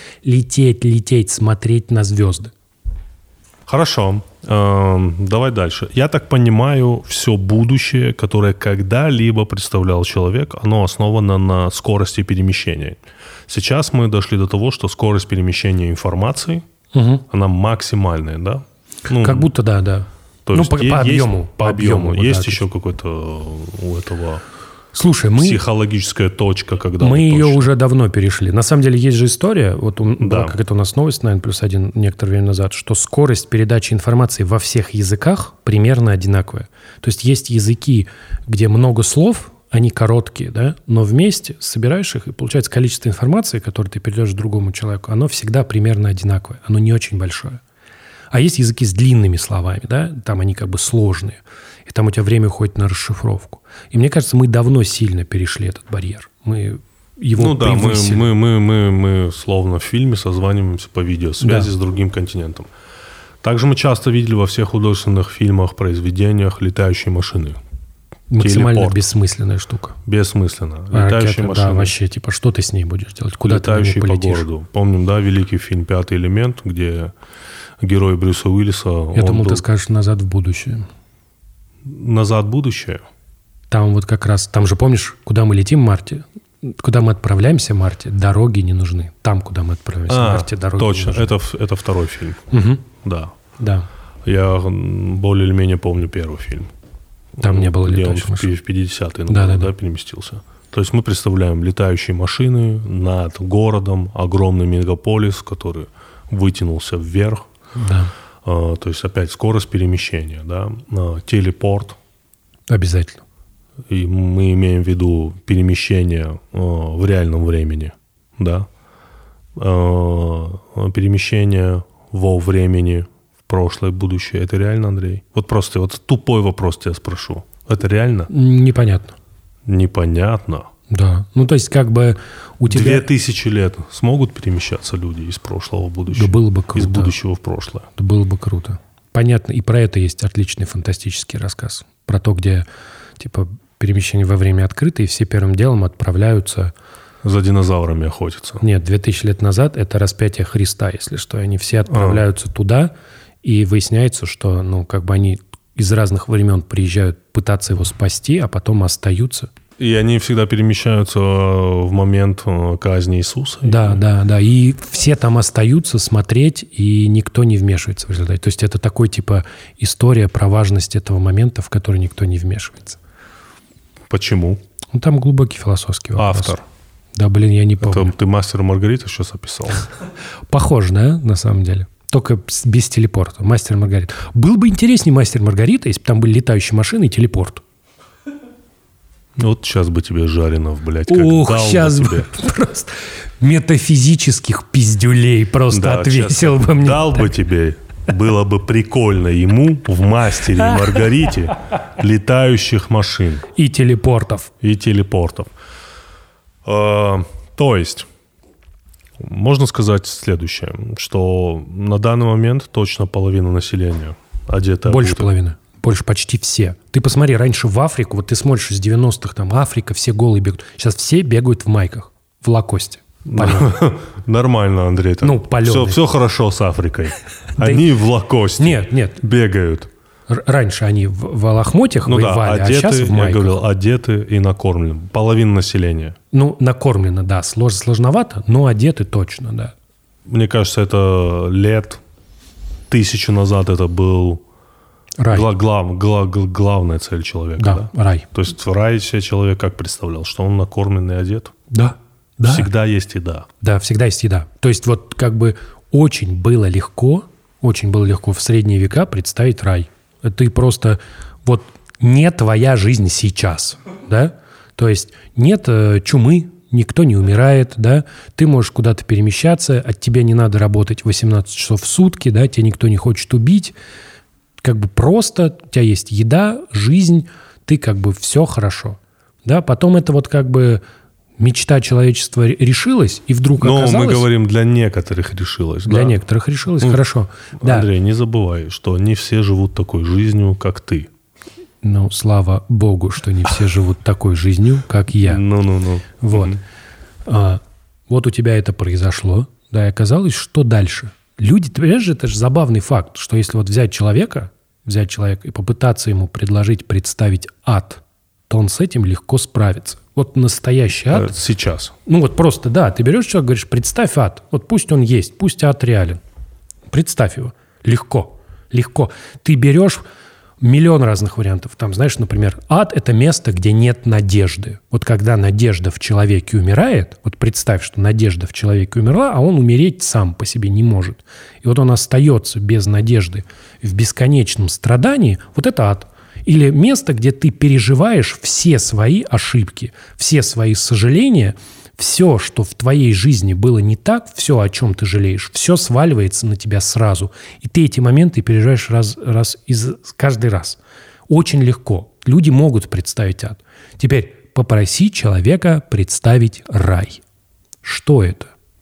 смотреть на звезды. Хорошо. Давай дальше. Я так понимаю, все будущее, которое когда-либо представлял человек, оно основано на скорости перемещения. Сейчас мы дошли до того, что скорость перемещения информации, она максимальная, да? Ну, как будто да. То есть по объему. По объему. Вот есть так. еще какой-то у этого... Слушай, психологическая точка, когда... Мы ее уже давно перешли. На самом деле есть же история, вот да. как это у нас новость, наверное, +1 некоторое время назад, что скорость передачи информации во всех языках примерно одинаковая. То есть языки, где много слов, они короткие, да, но вместе собираешь их, и получается количество информации, которое ты передаешь другому человеку, оно всегда примерно одинаковое, оно не очень большое. А есть языки с длинными словами, да, там они как бы сложные, и там у тебя время уходит на расшифровку. И мне кажется, мы давно сильно перешли этот барьер. Мы его превысили. Мы словно в фильме созваниваемся по видеосвязи с другим континентом. Также мы часто видели во всех художественных фильмах, произведениях летающие машины. Максимально Телепорт. Бессмысленная штука. Бессмысленно. Летающие машины. Да, вообще, типа, что ты с ней будешь делать? Куда летающие ты на ней полетишь? по городу. Помним, да, великий фильм «Пятый элемент», где герой Брюса Уиллиса... Я думал, ты скажешь «Назад в будущее». «Назад в будущее»? Там вот как раз... Там же, помнишь, куда мы летим в марте? Куда мы отправляемся в марте, дороги не нужны. Там, куда мы отправляемся в марте, дороги точно. не нужны. Это второй фильм. Угу. Да. Я более или менее помню первый фильм. Там не было летающих машин. В 50-е, переместился. То есть мы представляем летающие машины над городом, огромный мегаполис, который вытянулся вверх. Да. То есть опять скорость перемещения, да, телепорт. Обязательно. И мы имеем в виду перемещение в реальном времени, да. Перемещение во времени, в прошлое, будущее. Это реально, Андрей? Вот просто вот тупой вопрос тебя спрошу. Это реально? Непонятно. Непонятно. Да. Ну, то есть, как бы у тебя... 2000 лет смогут перемещаться люди из прошлого в будущее? Да было бы круто. Из будущего в прошлое? Да было бы круто. Понятно. И про это есть отличный фантастический рассказ. Про то, где, типа, перемещение во время открыто, и все первым делом отправляются... За динозаврами охотятся. Нет, 2000 лет назад это распятие Христа, если что. Они все отправляются туда, и выясняется, что, ну, как бы они из разных времен приезжают пытаться его спасти, а потом остаются. И они всегда перемещаются в момент казни Иисуса? Да, да, да. И все там остаются смотреть, и никто не вмешивается в результате. То есть это такой, типа, история про важность этого момента, в который никто не вмешивается. Почему? Ну, там глубокий философский вопрос. Автор. Да, блин, я не помню. Это ты «Мастер и Маргариту» сейчас описал? Похоже, да, на самом деле? Только без телепорта. «Мастер и Маргарита». Был бы интереснее «Мастер и Маргарита», если бы там были летающие машины и телепорт. Вот сейчас бы тебе Жаринов, блядь, как Ох, дал сейчас бы просто метафизических пиздюлей просто отвесил бы мне. Дал бы тебе, было бы прикольно ему в «Мастере и Маргарите» летающих машин. И телепортов. И телепортов. То есть, можно сказать следующее, что на данный момент точно половина населения одета... Больше половины. Больше почти все. Ты посмотри, раньше в Африку, вот ты смотришь из 90-х, там Африка, все голые бегают. Сейчас все бегают в майках, в лакосте. Нормально, Андрей. Ну, паленый. Все хорошо с Африкой. Они в лакосте нет. бегают. Раньше они в лохмотьях воевали, одеты, а сейчас в майках. Я говорил, одеты и накормлены. Половина населения. Ну, накормлено, да. Сложновато, но одеты точно, да. Мне кажется, это лет 1000 назад это был... Рай. Главная цель человека. Да, рай. То есть в рай себе человек как представлял? Что он накормлен и одет? Да. Всегда есть еда. Да, всегда есть еда. То есть вот как бы очень было легко в средние века представить рай. Ты просто... Вот не твоя жизнь сейчас, да? То есть нет чумы, никто не умирает, да? Ты можешь куда-то перемещаться, от тебя не надо работать 18 часов в сутки, да? Тебя никто не хочет убить. Как бы просто у тебя есть еда, жизнь, ты как бы все хорошо. Да? Потом это вот как бы мечта человечества решилась, и вдруг оказалось... Но мы говорим, для некоторых решилась. Для некоторых решилась, хорошо. Андрей, не забывай, что не все живут такой жизнью, как ты. Ну, слава богу, что не все живут такой жизнью, как я. Ну. Вот. Вот у тебя это произошло, да, и оказалось, что дальше? Люди, ты понимаешь, это же забавный факт, что если вот взять человека и попытаться ему представить ад, то он с этим легко справится. Вот настоящий ад... Сейчас. Ну вот просто, да, ты берешь человека, говоришь, представь ад. Вот пусть он есть, пусть ад реален. Представь его. Легко. Ты берешь миллион разных вариантов. Там, знаешь, например, ад – это место, где нет надежды. Вот когда надежда в человеке умирает, вот представь, что надежда в человеке умерла, а он умереть сам по себе не может. И вот он остается без надежды в бесконечном страдании, вот это ад. Или место, где ты переживаешь все свои ошибки, все свои сожаления, все, что в твоей жизни было не так, все, о чем ты жалеешь, все сваливается на тебя сразу. И ты эти моменты переживаешь каждый раз. Очень легко. Люди могут представить ад. Теперь попроси человека представить рай. Что это?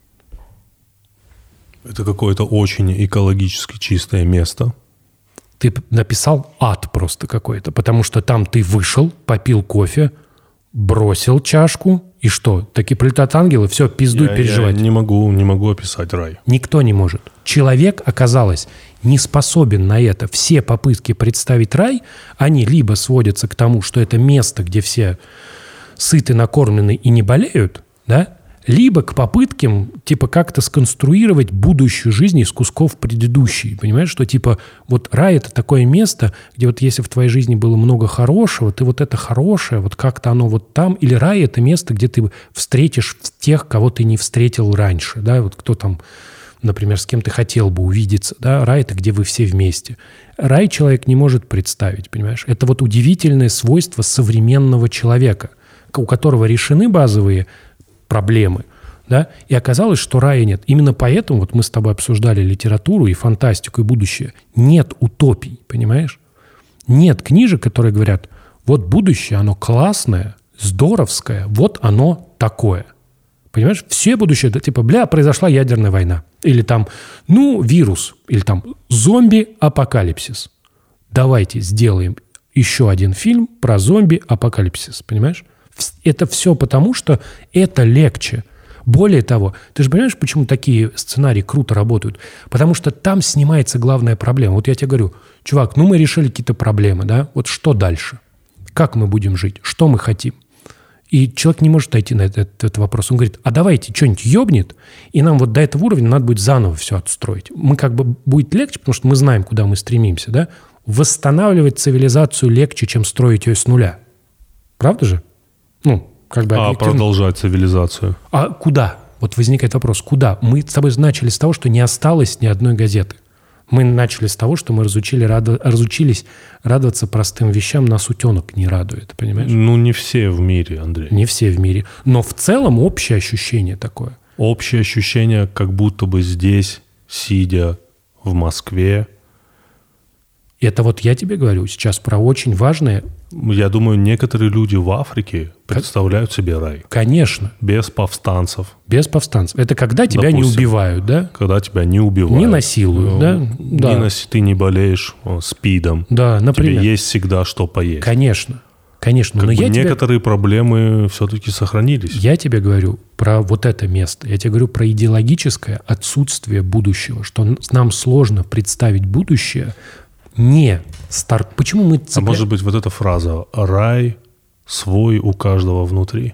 Это какое-то очень экологически чистое место. Ты написал ад просто какой-то, потому что там ты вышел, попил кофе, бросил чашку, и что? Таки прилетят ангелы, все, пиздуй переживать. Я не могу описать рай. Никто не может. Человек, оказалось, не способен на это. Все попытки представить рай, они либо сводятся к тому, что это место, где все сыты, накормлены и не болеют, да? Либо к попыткам, типа, как-то сконструировать будущую жизнь из кусков предыдущей. Понимаешь, что, типа, вот рай – это такое место, где вот если в твоей жизни было много хорошего, ты вот это хорошее, вот как-то оно вот там. Или рай – это место, где ты встретишь тех, кого ты не встретил раньше, да, вот кто там например, с кем ты хотел бы увидеться, да, рай – это где вы все вместе. Рай человек не может представить, понимаешь? Это вот удивительное свойство современного человека, у которого решены базовые проблемы, да, и оказалось, что рая нет. Именно поэтому вот мы с тобой обсуждали литературу и фантастику, и будущее. Нет утопий, понимаешь? Нет книжек, которые говорят, вот будущее, оно классное, здоровское, вот оно такое. Понимаешь? Все будущее, да, типа, произошла ядерная война. Или там, вирус. Или там, зомби-апокалипсис. Давайте сделаем еще один фильм про зомби-апокалипсис. Понимаешь? Это все потому, что это легче. Более того, ты же понимаешь, почему такие сценарии круто работают? Потому что там снимается главная проблема. Вот я тебе говорю, чувак, мы решили какие-то проблемы, да? Вот что дальше? Как мы будем жить? Что мы хотим? И человек не может дойти на этот вопрос. Он говорит, а давайте что-нибудь ёбнет, и нам вот до этого уровня надо будет заново все отстроить. Мы будет легче, потому что мы знаем, куда мы стремимся, да? Восстанавливать цивилизацию легче, чем строить ее с нуля. Правда же? Продолжать цивилизацию. А куда? Вот возникает вопрос, куда? Мы с тобой начали с того, что не осталось ни одной газеты. Мы начали с того, что мы разучились радоваться простым вещам, нас утенок не радует, понимаешь? Не все в мире, Андрей. Не все в мире. Но в целом общее ощущение такое. Общее ощущение, как будто бы здесь, сидя в Москве. Это вот я тебе говорю сейчас про очень важное. Я думаю, некоторые люди в Африке представляют себе рай. Конечно. Без повстанцев. Без повстанцев. Это когда тебя не убивают, да? Когда тебя не убивают. Не насилуют, да? Да. Ты не болеешь СПИДом. Да, например. Тебе есть всегда что поесть. Конечно. Конечно. Но некоторые проблемы все-таки сохранились. Я тебе говорю про вот это место. Я тебе говорю про идеологическое отсутствие будущего. Что нам сложно представить будущее не старт. Почему мы А может быть, вот эта фраза «рай свой у каждого внутри»?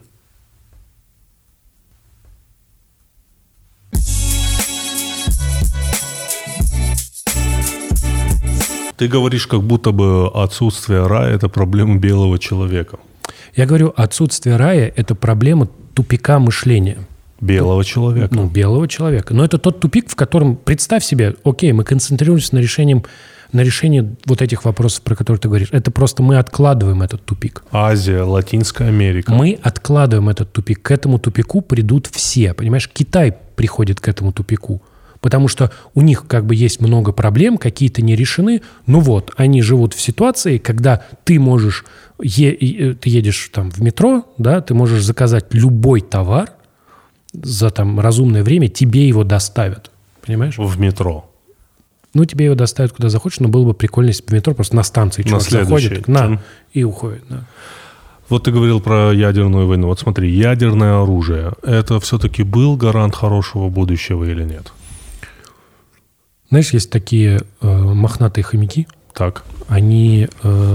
Ты говоришь, как будто бы отсутствие рая – это проблема белого человека. Я говорю, отсутствие рая – это проблема тупика мышления. Белого человека. Белого человека. Но это тот тупик, в котором, представь себе, окей, мы концентрируемся на решении вот этих вопросов, про которые ты говоришь. Это просто мы откладываем этот тупик. Азия, Латинская Америка. Мы откладываем этот тупик. К этому тупику придут все. Понимаешь, Китай приходит к этому тупику. Потому что у них есть много проблем, какие-то не решены. Они живут в ситуации, когда ты можешь, ты едешь там в метро, да, ты можешь заказать любой товар за разумное время, тебе его доставят. Понимаешь? В метро. Тебе его доставят куда захочешь, но было бы прикольно, если бы в метро просто на станции человек заходит и уходит. Да. Вот ты говорил про ядерную войну. Вот смотри, ядерное оружие. Это все-таки был гарант хорошего будущего или нет? Знаешь, есть такие мохнатые хомяки. Так. Они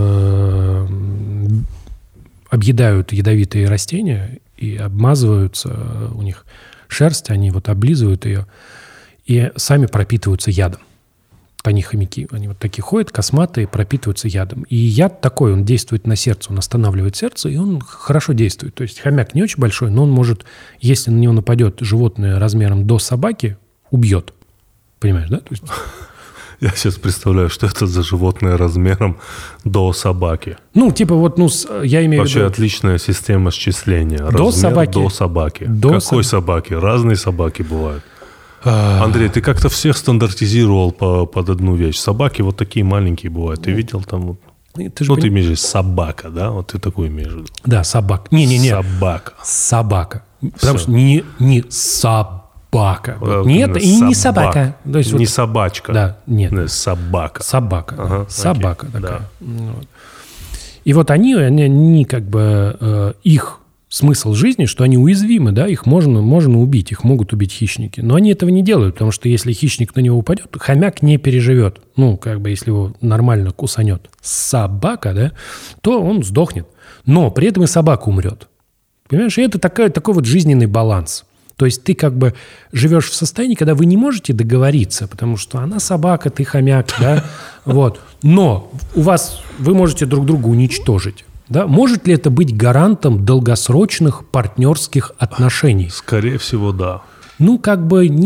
объедают ядовитые растения и обмазываются, у них шерсть, они облизывают ее и сами пропитываются ядом. Они хомяки, они такие ходят, косматые, пропитываются ядом. И яд такой, он действует на сердце, он останавливает сердце, и он хорошо действует. То есть хомяк не очень большой, но он может, если на него нападет животное размером до собаки, убьет. Понимаешь, да? То есть... Я сейчас представляю, что это за животное размером до собаки. Я имею в виду... Вообще отличная система счисления. До собаки. До собаки. Какой собаки? Разные собаки бывают. Андрей, ты как-то всех стандартизировал под одну вещь. Собаки вот такие маленькие бывают. Ты видел там... Ты имеешь в виду собака, да? Вот ты такой имеешь в виду. Да, собака. Не. Собака. Собака. Потому что не собака. Не это и не собака. То есть не собачка. Да, нет. Собака. Собака. Ага, собака окей, такая. Да. И они их смысл жизни, что они уязвимы, да, их можно убить, их могут убить хищники. Но они этого не делают, потому что если хищник на него упадет, хомяк не переживет. Если его нормально кусанет собака, да, то он сдохнет. Но при этом и собака умрет. Понимаешь, и это такой вот жизненный баланс. То есть ты живешь в состоянии, когда вы не можете договориться, потому что она собака, ты хомяк, да, вот. Но вы можете друг друга уничтожить. Да? Может ли это быть гарантом долгосрочных партнерских отношений? Скорее всего, да. Нет.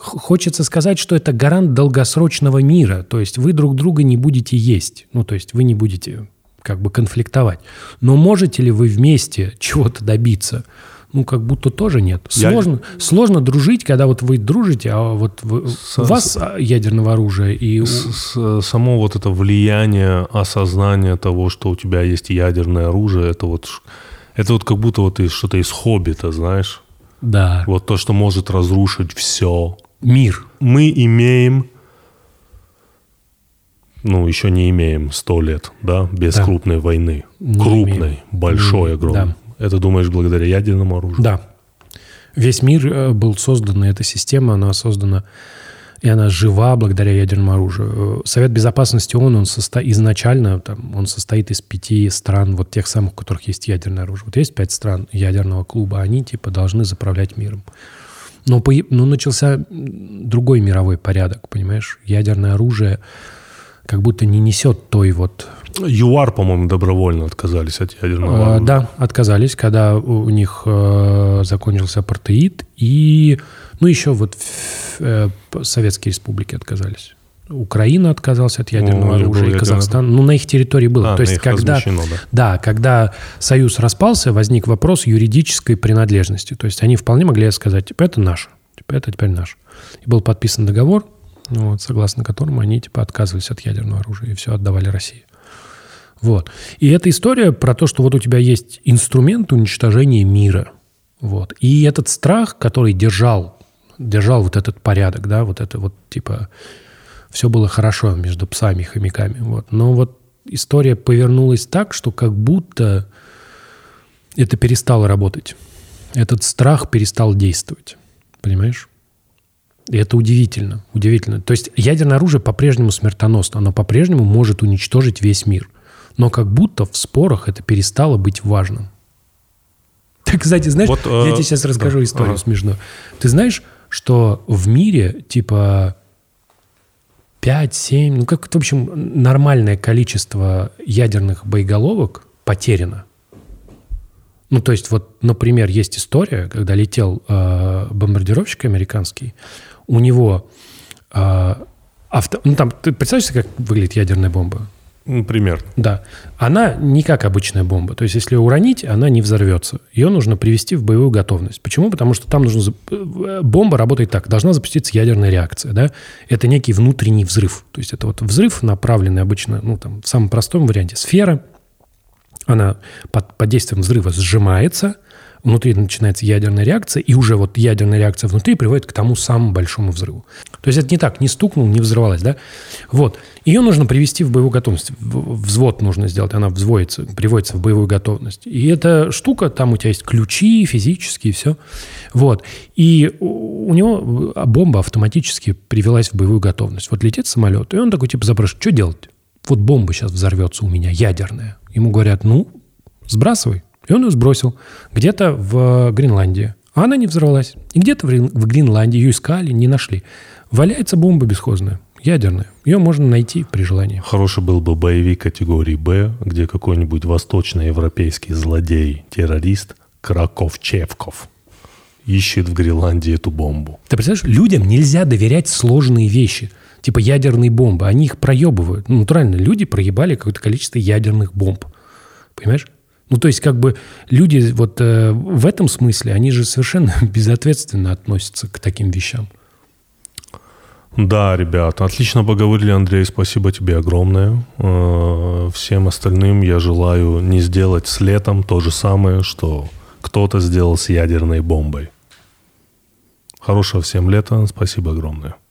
хочется сказать, что это гарант долгосрочного мира. То есть вы друг друга не будете есть. Ну, то есть вы не будете как бы конфликтовать. Но можете ли вы вместе чего-то добиться? Ну, как будто тоже нет. Сложно дружить, когда вот вы дружите, а вот у вас ядерного оружия и... Само вот это влияние, осознание того, что у тебя есть ядерное оружие, это вот как будто вот что-то из «Хоббита», знаешь? Да. Вот то, что может разрушить все. Мир. Мы имеем... Ну, еще не имеем 100 лет, да, без крупной войны. Крупной, большой, огромной. Да. Это, думаешь, благодаря ядерному оружию? Да. Весь мир был создан, и эта система, она создана, и она жива благодаря ядерному оружию. Совет Безопасности ООН, он изначально он состоит из 5 стран, вот тех самых, у которых есть ядерное оружие. Вот есть 5 стран ядерного клуба, они типа должны заправлять миром. Но начался другой мировой порядок, понимаешь? Ядерное оружие как будто не несет той вот... ЮАР, по-моему, добровольно отказались от ядерного оружия. Да, отказались, когда у них закончился апартеид. И, еще вот советские республики отказались. Украина отказалась от ядерного оружия, и Казахстан. На их территории было. То есть, когда Союз распался, возник вопрос юридической принадлежности. То есть, они вполне могли сказать, это наше, это теперь наше. И был подписан договор, согласно которому они отказывались от ядерного оружия и все отдавали России. Вот. И эта история про то, что вот у тебя есть инструмент уничтожения мира. Вот. И этот страх, который держал вот этот порядок, да, вот это вот все было хорошо между псами и хомяками. Вот. Но вот история повернулась так, что как будто это перестало работать. Этот страх перестал действовать. Понимаешь? И это удивительно. Удивительно. То есть ядерное оружие по-прежнему смертоносно. Оно по-прежнему может уничтожить весь мир. Но как будто в спорах это перестало быть важным. Ты, кстати, знаешь, я тебе сейчас расскажу историю смешную. Ты знаешь, что в мире 5-7, в общем, нормальное количество ядерных боеголовок потеряно. То есть, например, есть история, когда летел бомбардировщик американский, у него ты представляешь себе, как выглядит ядерная бомба? Примерно. Да. Она не как обычная бомба. То есть, если ее уронить, она не взорвется. Ее нужно привести в боевую готовность. Почему? Потому что там нужно... Бомба работает так. Должна запуститься ядерная реакция. Да? Это некий внутренний взрыв. То есть, это взрыв, направленный обычно, в самом простом варианте. Сфера, она под действием взрыва сжимается, внутри начинается ядерная реакция, и уже ядерная реакция внутри приводит к тому самому большому взрыву. То есть это не так, не стукнул, не взорвалась, да? Вот. Ее нужно привести в боевую готовность. Взвод нужно сделать, она приводится в боевую готовность. И эта штука, там у тебя есть ключи физические, и все. Вот. И у него бомба автоматически привелась в боевую готовность. Вот летит самолет, и он такой запрашивает, что делать? Вот бомба сейчас взорвется у меня, ядерная. Ему говорят, сбрасывай. И он ее сбросил где-то в Гренландии. А она не взорвалась. И где-то в Гренландии ее искали, не нашли. Валяется бомба бесхозная, ядерная. Ее можно найти при желании. Хороший был бы боевик категории «Б», где какой-нибудь восточноевропейский злодей, террорист Краковчевков ищет в Гренландии эту бомбу. Ты представляешь, людям нельзя доверять сложные вещи. Типа ядерные бомбы. Они их проебывают. Натурально, люди проебали какое-то количество ядерных бомб. Понимаешь? То есть, люди в этом смысле, они же совершенно безответственно относятся к таким вещам. Да, ребята, отлично поговорили, Андрей, спасибо тебе огромное. Всем остальным я желаю не сделать с летом то же самое, что кто-то сделал с ядерной бомбой. Хорошего всем лета, спасибо огромное.